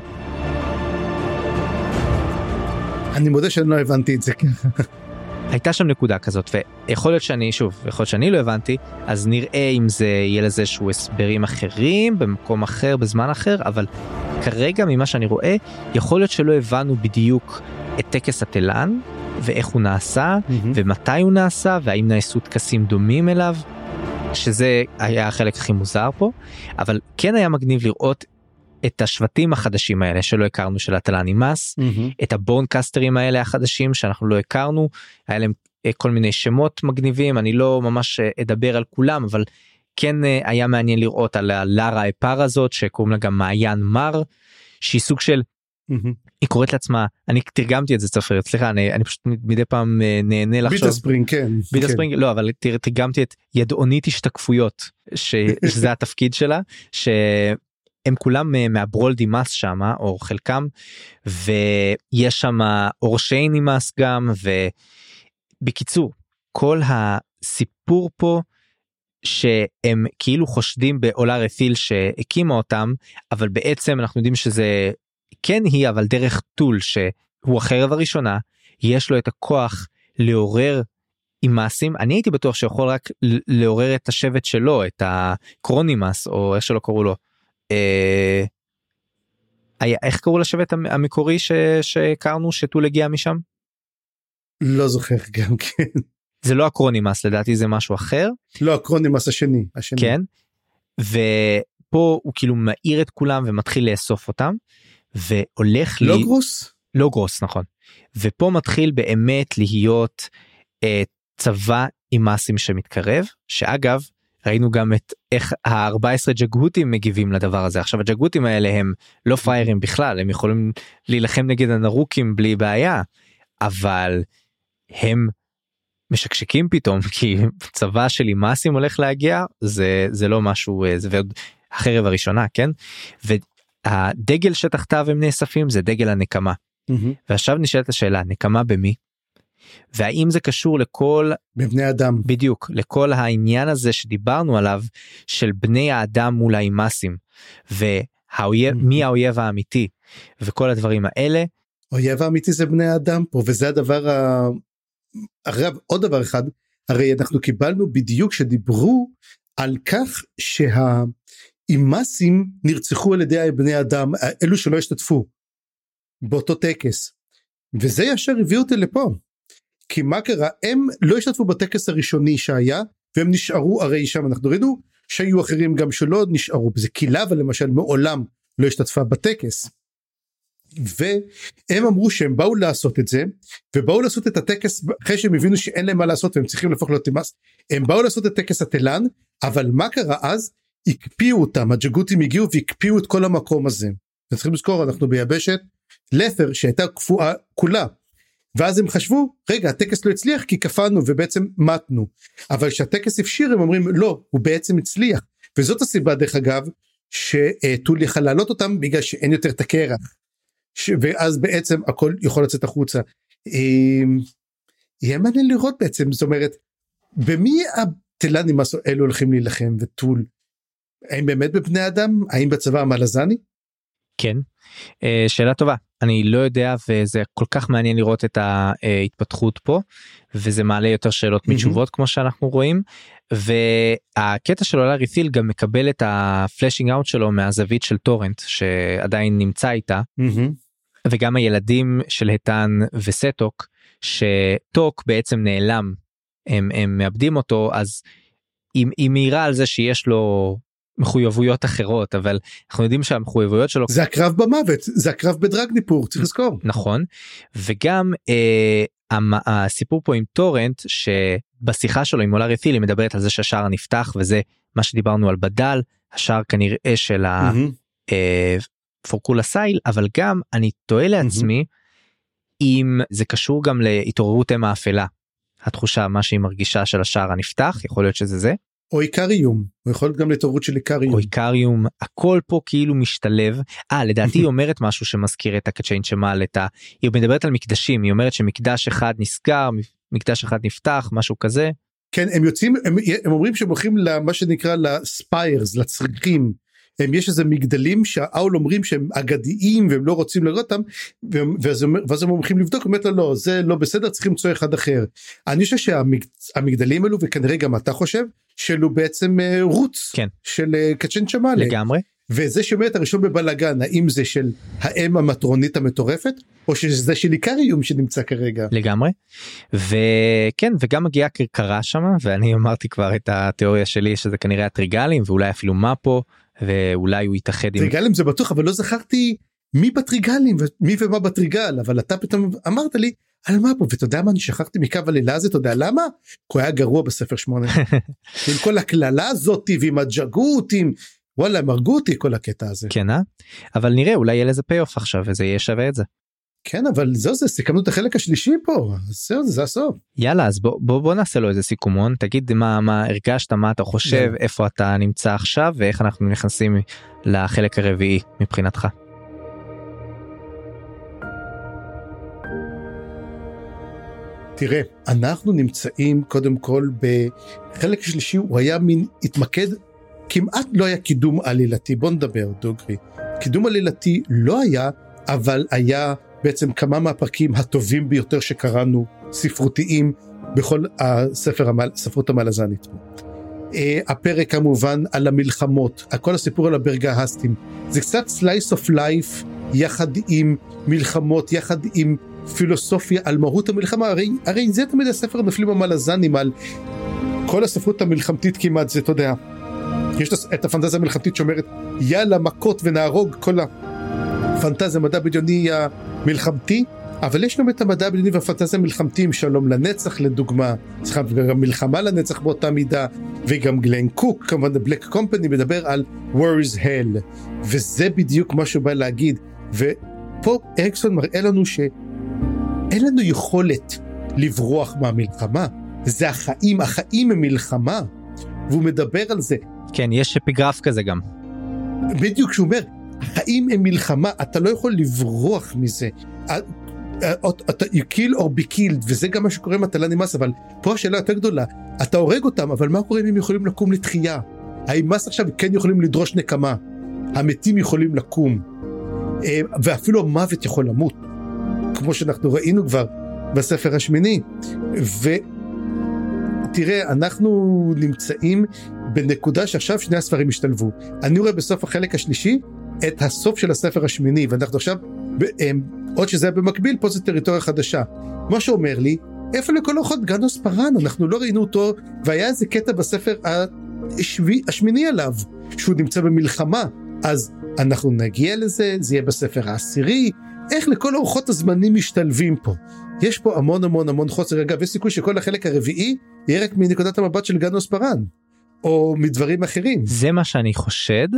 אני מודה שאני לא הבנתי את זה ככה. הייתה שם נקודה כזאת, ויכול להיות שאני, שוב, יכול להיות שאני לא הבנתי, אז נראה אם זה יהיה לזה שהוא הסברים אחרים, במקום אחר, בזמן אחר, אבל כרגע ממה שאני רואה, יכול להיות שלא הבנו בדיוק את טקס הטלן, ואיך הוא נעשה, ומתי הוא נעשה, והאם נעשו טקסים דומים אליו, שזה היה החלק הכי מוזר פה, אבל כן היה מגניב לראות את השבטים החדשים האלה שלא הכרנו של הטלנימאס, את הבורנקסטרים האלה החדשים שאנחנו לא הכרנו, היה להם כל מיני שמות מגניבים, אני לא ממש אדבר על כולם, אבל כן היה מעניין לראות על הלארה אפר הזאת, שקוראים לה גם מעיין מר, שהיא סוג של היא קוראת לעצמה, אני תרגמתי את זה צפריר, סליחה, אני פשוט מדי פעם נהנה לחשוב. ביטה ספרינג, כן. ביטה ספרינג, לא, אבל תרגמתי את ידעונית השתקפויות, שזה התפקיד שלה, שהם כולם מהברול דימאס שם, או חלקם, ויש שם אורשי נימאס גם, ובקיצור, כל הסיפור פה, שהם כאילו חושדים בעולה רתיל שהקימה אותם, אבל בעצם אנחנו יודעים שזה כן היא, אבל דרך טול שהוא החרב הראשונה, יש לו את הכוח לעורר עם מעשים. אני הייתי בטוח שיכול רק לעורר את השבט שלו, את הקרונימאס, או איך שלא קראו לו. איך קראו לשבט המקורי שהכרנו שטול הגיע משם? לא זוכר גם כן. זה לא הקרונימאס, לדעתי זה משהו אחר. לא, הקרונימאס השני. כן, ופה הוא כאילו מאיר את כולם ומתחיל לאסוף אותם, והולך לוגרוס? לוגרוס, נכון. ופה מתחיל באמת להיות צבא עם מעשים שמתקרב, שאגב, ראינו גם את איך ה-14 ג'גהותים מגיבים לדבר הזה. עכשיו הג'גהותים האלה הם לא פריירים בכלל, הם יכולים להילחם נגד הנרוקים בלי בעיה, אבל הם משקשקים פתאום, כי צבא של אימאסים הולך להגיע, זה לא משהו, זה ועוד החרב הראשונה, כן? והדגל שתחתיו הם נאספים, זה דגל הנקמה. ועכשיו נשאלת השאלה, נקמה במי? והאם זה קשור לכל... בבני אדם. בדיוק, לכל העניין הזה שדיברנו עליו, של בני האדם מול האימאסים, ומי האויב האמיתי, וכל הדברים האלה. אויב האמיתי זה בני האדם פה, וזה הדבר עוד דבר אחד, הרי אנחנו קיבלנו בדיוק שדיברו על כך שהאימאסים נרצחו על ידי בני אדם, אלו שלא השתתפו באותו טקס, וזה ישר הביא אותי לפה, כי מה קרה? הם לא השתתפו בטקס הראשוני שהיה, והם נשארו הרי שם, אנחנו ראינו שהיו אחרים גם שלא נשארו, זה קילבה למשל מעולם לא השתתפה בטקס, והם אמרו שהם באו לעשות את זה, ובאו לעשות את הטקס, אחרי שהם הבינו שאין להם מה לעשות, והם צריכים לפוך להיות אימאס, הם באו לעשות את טקס התלן, אבל מה קרה אז? הקפיאו אותם, הג'גותים הגיעו והקפיאו את כל המקום הזה, וצריכים לזכור, אנחנו ביבשת לת'ר שהייתה קפואה כולה, ואז הם חשבו, רגע, הטקס לא הצליח כי קפאנו ובעצם מתנו, אבל כשהטקס הפשיר הם אומרים, לא, הוא בעצם הצליח, וזאת הסיבה דרך אגב, שטול יכל להעלות אותם, בגלל שאין יותר את הקרח, ואז בעצם הכל יכול לצאת החוצה. יהיה מעניין לראות בעצם, זאת אומרת, במי התלנים האלו הולכים להילחם וטול? האם באמת בבני אדם? האם בצבא המלזני? כן, שאלה טובה. אני לא יודע, וזה כל כך מעניין לראות את ההתפתחות פה, וזה מעלה יותר שאלות מתשובות כמו שאנחנו רואים, והקטע של עולה רתיל גם מקבל את הפלאשינג אאוט שלו מהזווית של טורנט, שעדיין נמצא איתה, וגם הילדים של היטן וסטוק, שטוק בעצם נעלם, הם מאבדים אותו, אז היא מהירה על זה שיש לו מחויבויות אחרות, אבל אנחנו יודעים שהמחויבויות שלו... זה הקרב במוות, זה הקרב בדרגניפור, צריך לזכור. נכון, וגם הסיפור פה עם טורנט, שבשיחה שלו עם עולה רתיל, היא מדברת על זה שהשער נפתח, וזה מה שדיברנו על בדל, השער כנראה של פורקולה סייל, אבל גם אני תוהה לעצמי, אם זה קשור גם להתעוררות אם האפלה, התחושה, מה שהיא מרגישה של השער הנפתח, יכול להיות שזה זה. או איקריום, הוא יכול להיות גם לתעוררות של איקריום. או איקריום, הכל פה כאילו משתלב. לדעתי היא אומרת משהו שמזכיר את הקצ'יין שמל, היא מדברת על מקדשים, היא אומרת שמקדש אחד נסגר, מקדש אחד נפתח, משהו כזה. כן, הם יוצאים, הם אומרים שהם הולכים למה שנקרא לספיירס, לצריחים, יש איזה מגדלים שהאול אומרים שהם אגדיים והם לא רוצים לראות אותם, ואז הם הולכים לבדוק, אומרת לה לא, זה לא בסדר, צריכים למצוא אחד אחר. אני חושב שהמגדלים האלו, וכנראה גם אתה חושב, שלו בעצם רוץ, כן. של קצ'ן צ'מאלה. לגמרי. וזה שבאמת הראשון בבלגן, האם זה של האם המטרונית המטורפת, או שזה של איקריום שנמצא כרגע. לגמרי, וכן, וגם מגיעה כרכרה שם, ואני אמרתי כבר את התיאוריה שלי, שזה כנראה הטריגלים, ואולי אפילו מפו, ואולי הוא יתאחד עם... טריגלים זה בטוח, אבל לא זכרתי מי בטריגלים, ומי ומה בטריגל, אבל אתה פתאום אמרת לי, על מה פה, ואתה יודע מה, אני שכחתי מקו הלילה הזה, אתה יודע למה? כי הוא היה גרוע בספר 8. עם כל הכללה הזאת, ועם הג'גות, וואלה, הם הרגו אותי כל הקטע הזה. כן, אבל נראה, אולי יהיה לזה פי-אוף עכשיו, וזה יהיה שווה את זה. כן, אבל זה, סיכמנו את החלק השלישי פה, זה הסוף. יאללה, אז בוא נעשה לו איזה סיכומון, תגיד מה הרגשת, מה אתה חושב, איפה אתה נמצא עכשיו, ואיך אנחנו נכנסים לחלק הרביעי מבחינתך. תראה, אנחנו נמצאים קודם כל בחלק השלישי, הוא היה מין התמקד, כמעט לא היה קידום עלילתי, בוא נדבר דוגרי. קידום עלילתי לא היה, אבל היה בעצם כמה מהפרקים הטובים ביותר שקראנו, ספרותיים, בכל הספרות המלזנית. הפרק כמובן על המלחמות, כל הסיפור על הברגהסטים, זה קצת slice of life, יחד עם מלחמות, יחד עם פילוסופיה על מהות המלחמה, הרי זה תמיד הספר הנופלים המלזנים, על כל הספרות המלחמתית כמעט, זה אתה יודע, יש את הפנטזיה המלחמתית שאומרת, יאללה מכות ונהרוג, כל הפנטזיה המדע בדיוני המלחמתי, אבל יש גם את המדע הבדיוני והפנטזיה המלחמתיים, שלום לנצח לדוגמה, גם מלחמה לנצח באותה מידה, וגם גלן קוק, כמובן בלק קומפני, מדבר על war is hell, וזה בדיוק מה שהוא בא להגיד, ופה אריקסון מראה לנו שאין לנו יכולת לברוח מהמלחמה, זה החיים הם מלחמה, והוא מדבר על זה. כן, יש אפיגרף כזה גם. בדיוק, שהוא אומר, החיים הם מלחמה, אתה לא יכול לברוח מזה, you kill or be killed, וזה גם מה שקורה עם התלה נמאס, אבל פה השאלה יותר גדולה, אתה הורג אותם, אבל מה קורה אם הם יכולים לקום לתחייה? האם מס עכשיו כן יכולים לדרוש נקמה? המתים יכולים לקום, ואפילו המוות יכול למות, כמו שאנחנו ראינו כבר בספר השמיני, ותראה, אנחנו נמצאים בנקודה שעכשיו שני הספרים השתלבו, אני רואה בסוף החלק השלישי, את הסוף של הספר השמיני, ואנחנו עכשיו, עוד שזה היה במקביל, פה זה טריטוריה חדשה. מה שאומר לי, איפה לכל אורחות גנוס פרן? אנחנו לא ראינו אותו, והיה איזה קטע בספר השמיני עליו, שהוא נמצא במלחמה, אז אנחנו נגיע לזה, זה יהיה בספר העשירי, איך לכל אורחות הזמנים משתלבים פה. יש פה המון חוסר, אגב, יש סיכוי שכל החלק הרביעי, יהיה רק מנקודת המבט של גנוס פרן, או מדברים אחרים. זה מה שאני חושד,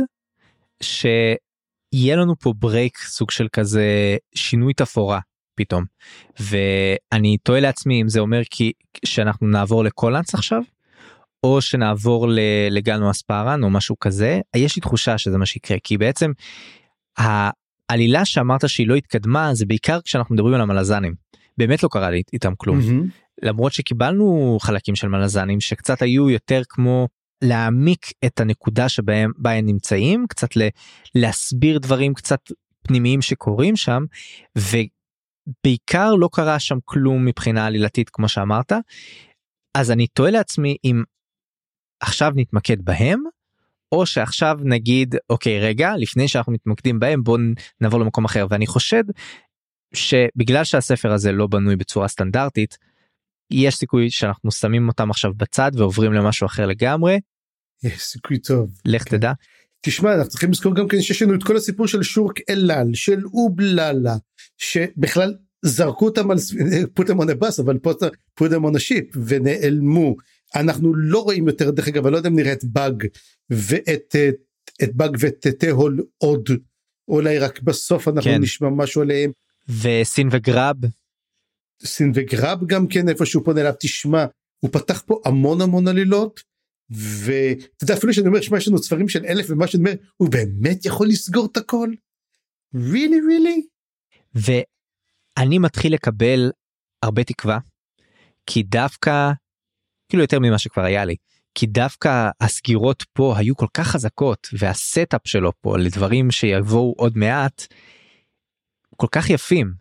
שיהיה לנו פה ברייק, סוג של כזה שינוי תפורה פתאום, ואני תוהה לעצמי אם זה אומר שאנחנו נעבור לקולנס עכשיו, או שנעבור לגנו אספרן או משהו כזה. יש לי תחושה שזה מה שיקרה, כי בעצם העלילה שאמרת שהיא לא התקדמה, זה בעיקר כשאנחנו מדברים על המלזנים, באמת לא קרה לי איתם כלום, למרות שקיבלנו חלקים של מלזנים שקצת היו יותר כמו להעמיק את הנקודה בה הם נמצאים, קצת להסביר דברים קצת פנימיים שקורים שם, ובעיקר לא קרה שם כלום מבחינה עלילתית כמו שאמרת. אז אני תוהה לעצמי אם עכשיו נתמקד בהם, או שעכשיו נגיד אוקיי רגע, לפני שאנחנו מתמקדים בהם בואו נעבור למקום אחר, ואני חושד שבגלל שהספר הזה לא בנוי בצורה סטנדרטית, יש סיכוי שאנחנו שמים אותם עכשיו בצד ועוברים למשהו אחר לגמרי. יש סיכוי טוב. לך תדע. תשמע, אנחנו צריכים לזכור גם כן שיש לנו את כל הסיפור של שורק אלל, של אובללה, שבכלל זרקו אותם על פוטם on a bus, אבל פוטם on a ship, ונעלמו. אנחנו לא רואים יותר, דרך אגב, אבל לא יודע אם נראה את באג, ואת באג ואת תהול עוד, אולי רק בסוף אנחנו נשמע משהו עליהם. וסין וגרב. סין וגרב גם כן, איפה שהוא פונה אליו, תשמע, הוא פתח פה המון עלילות, ואתה יודע, אפילו שאני אומר, שמע, יש לנו ספרים של 1000 ומה שאני אומר, הוא באמת יכול לסגור את הכל? really? ואני מתחיל לקבל הרבה תקווה, כי דווקא, כאילו יותר ממה שכבר היה לי, כי דווקא הסגירות פה היו כל כך חזקות, והסטאפ שלו פה לדברים שיבואו עוד מעט, כל כך יפים,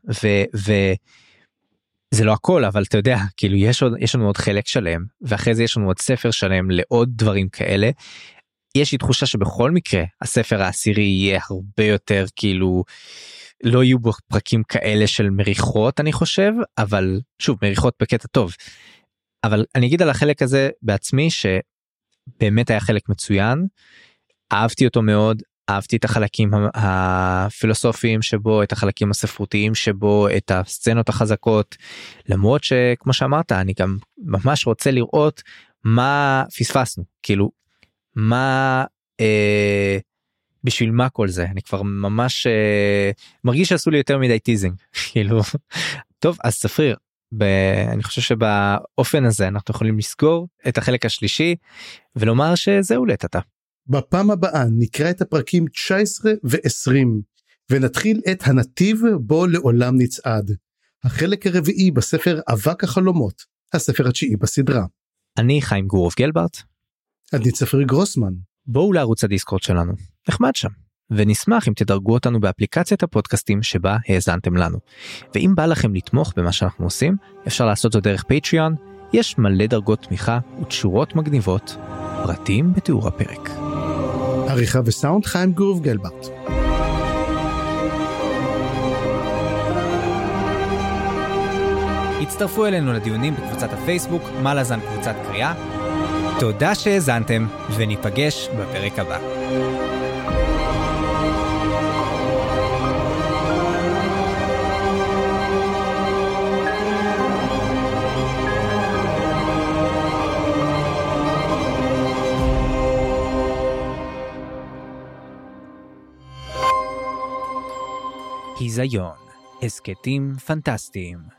זה לא הכל, אבל אתה יודע, כאילו יש לנו עוד חלק שלם, ואחרי זה יש לנו עוד ספר שלם לעוד דברים כאלה. יש לי תחושה שבכל מקרה, הספר העשירי יהיה הרבה יותר, כאילו, לא יהיו בו פרקים כאלה של מריחות, אני חושב, אבל שוב, מריחות בקטע טוב. אבל אני אגיד על החלק הזה בעצמי, שבאמת היה חלק מצוין, אהבתי אותו מאוד, אהבתי את החלקים הפילוסופיים שבו, את החלקים הספרותיים שבו, את הסצנות החזקות, למרות שכמו שאמרת, אני גם ממש רוצה לראות מה פספסנו, כאילו, מה בשביל מה כל זה? אני כבר ממש מרגיש שעשו לי יותר מדי טיזינג. כאילו, טוב, אז צפריר, אני חושב שבאופן הזה אנחנו יכולים לסגור את החלק השלישי, ולומר שזהו לטאטה. בפעם הבאה נקרא את הפרקים 19 ו-20, ונתחיל את הנתיב בו לעולם נצעד. החלק הרביעי בספר אבק החלומות, הספר התשיעי בסדרה. אני חיים גורוב גלברט. אני צפריר גרוסמן. בואו לערוץ הדיסקורד שלנו, נחמד שם. ונשמח אם תדרגו אותנו באפליקציית הפודקאסטים שבה האזנתם לנו. ואם בא לכם לתמוך במה שאנחנו עושים, אפשר לעשות זאת דרך פטריון, יש מלא דרגות תמיכה ותשורות מגניבות, פרטים בתיאור הפרק. עריכה וסאונד חיים גורוב גלברט. הצטרפו אלינו לדיונים בקבוצת הפייסבוק, מלאזן קבוצת קריאה. תודה שהאזנתם, וניפגש בפרק הבא. היזיון, הסקטים פנטסטיים.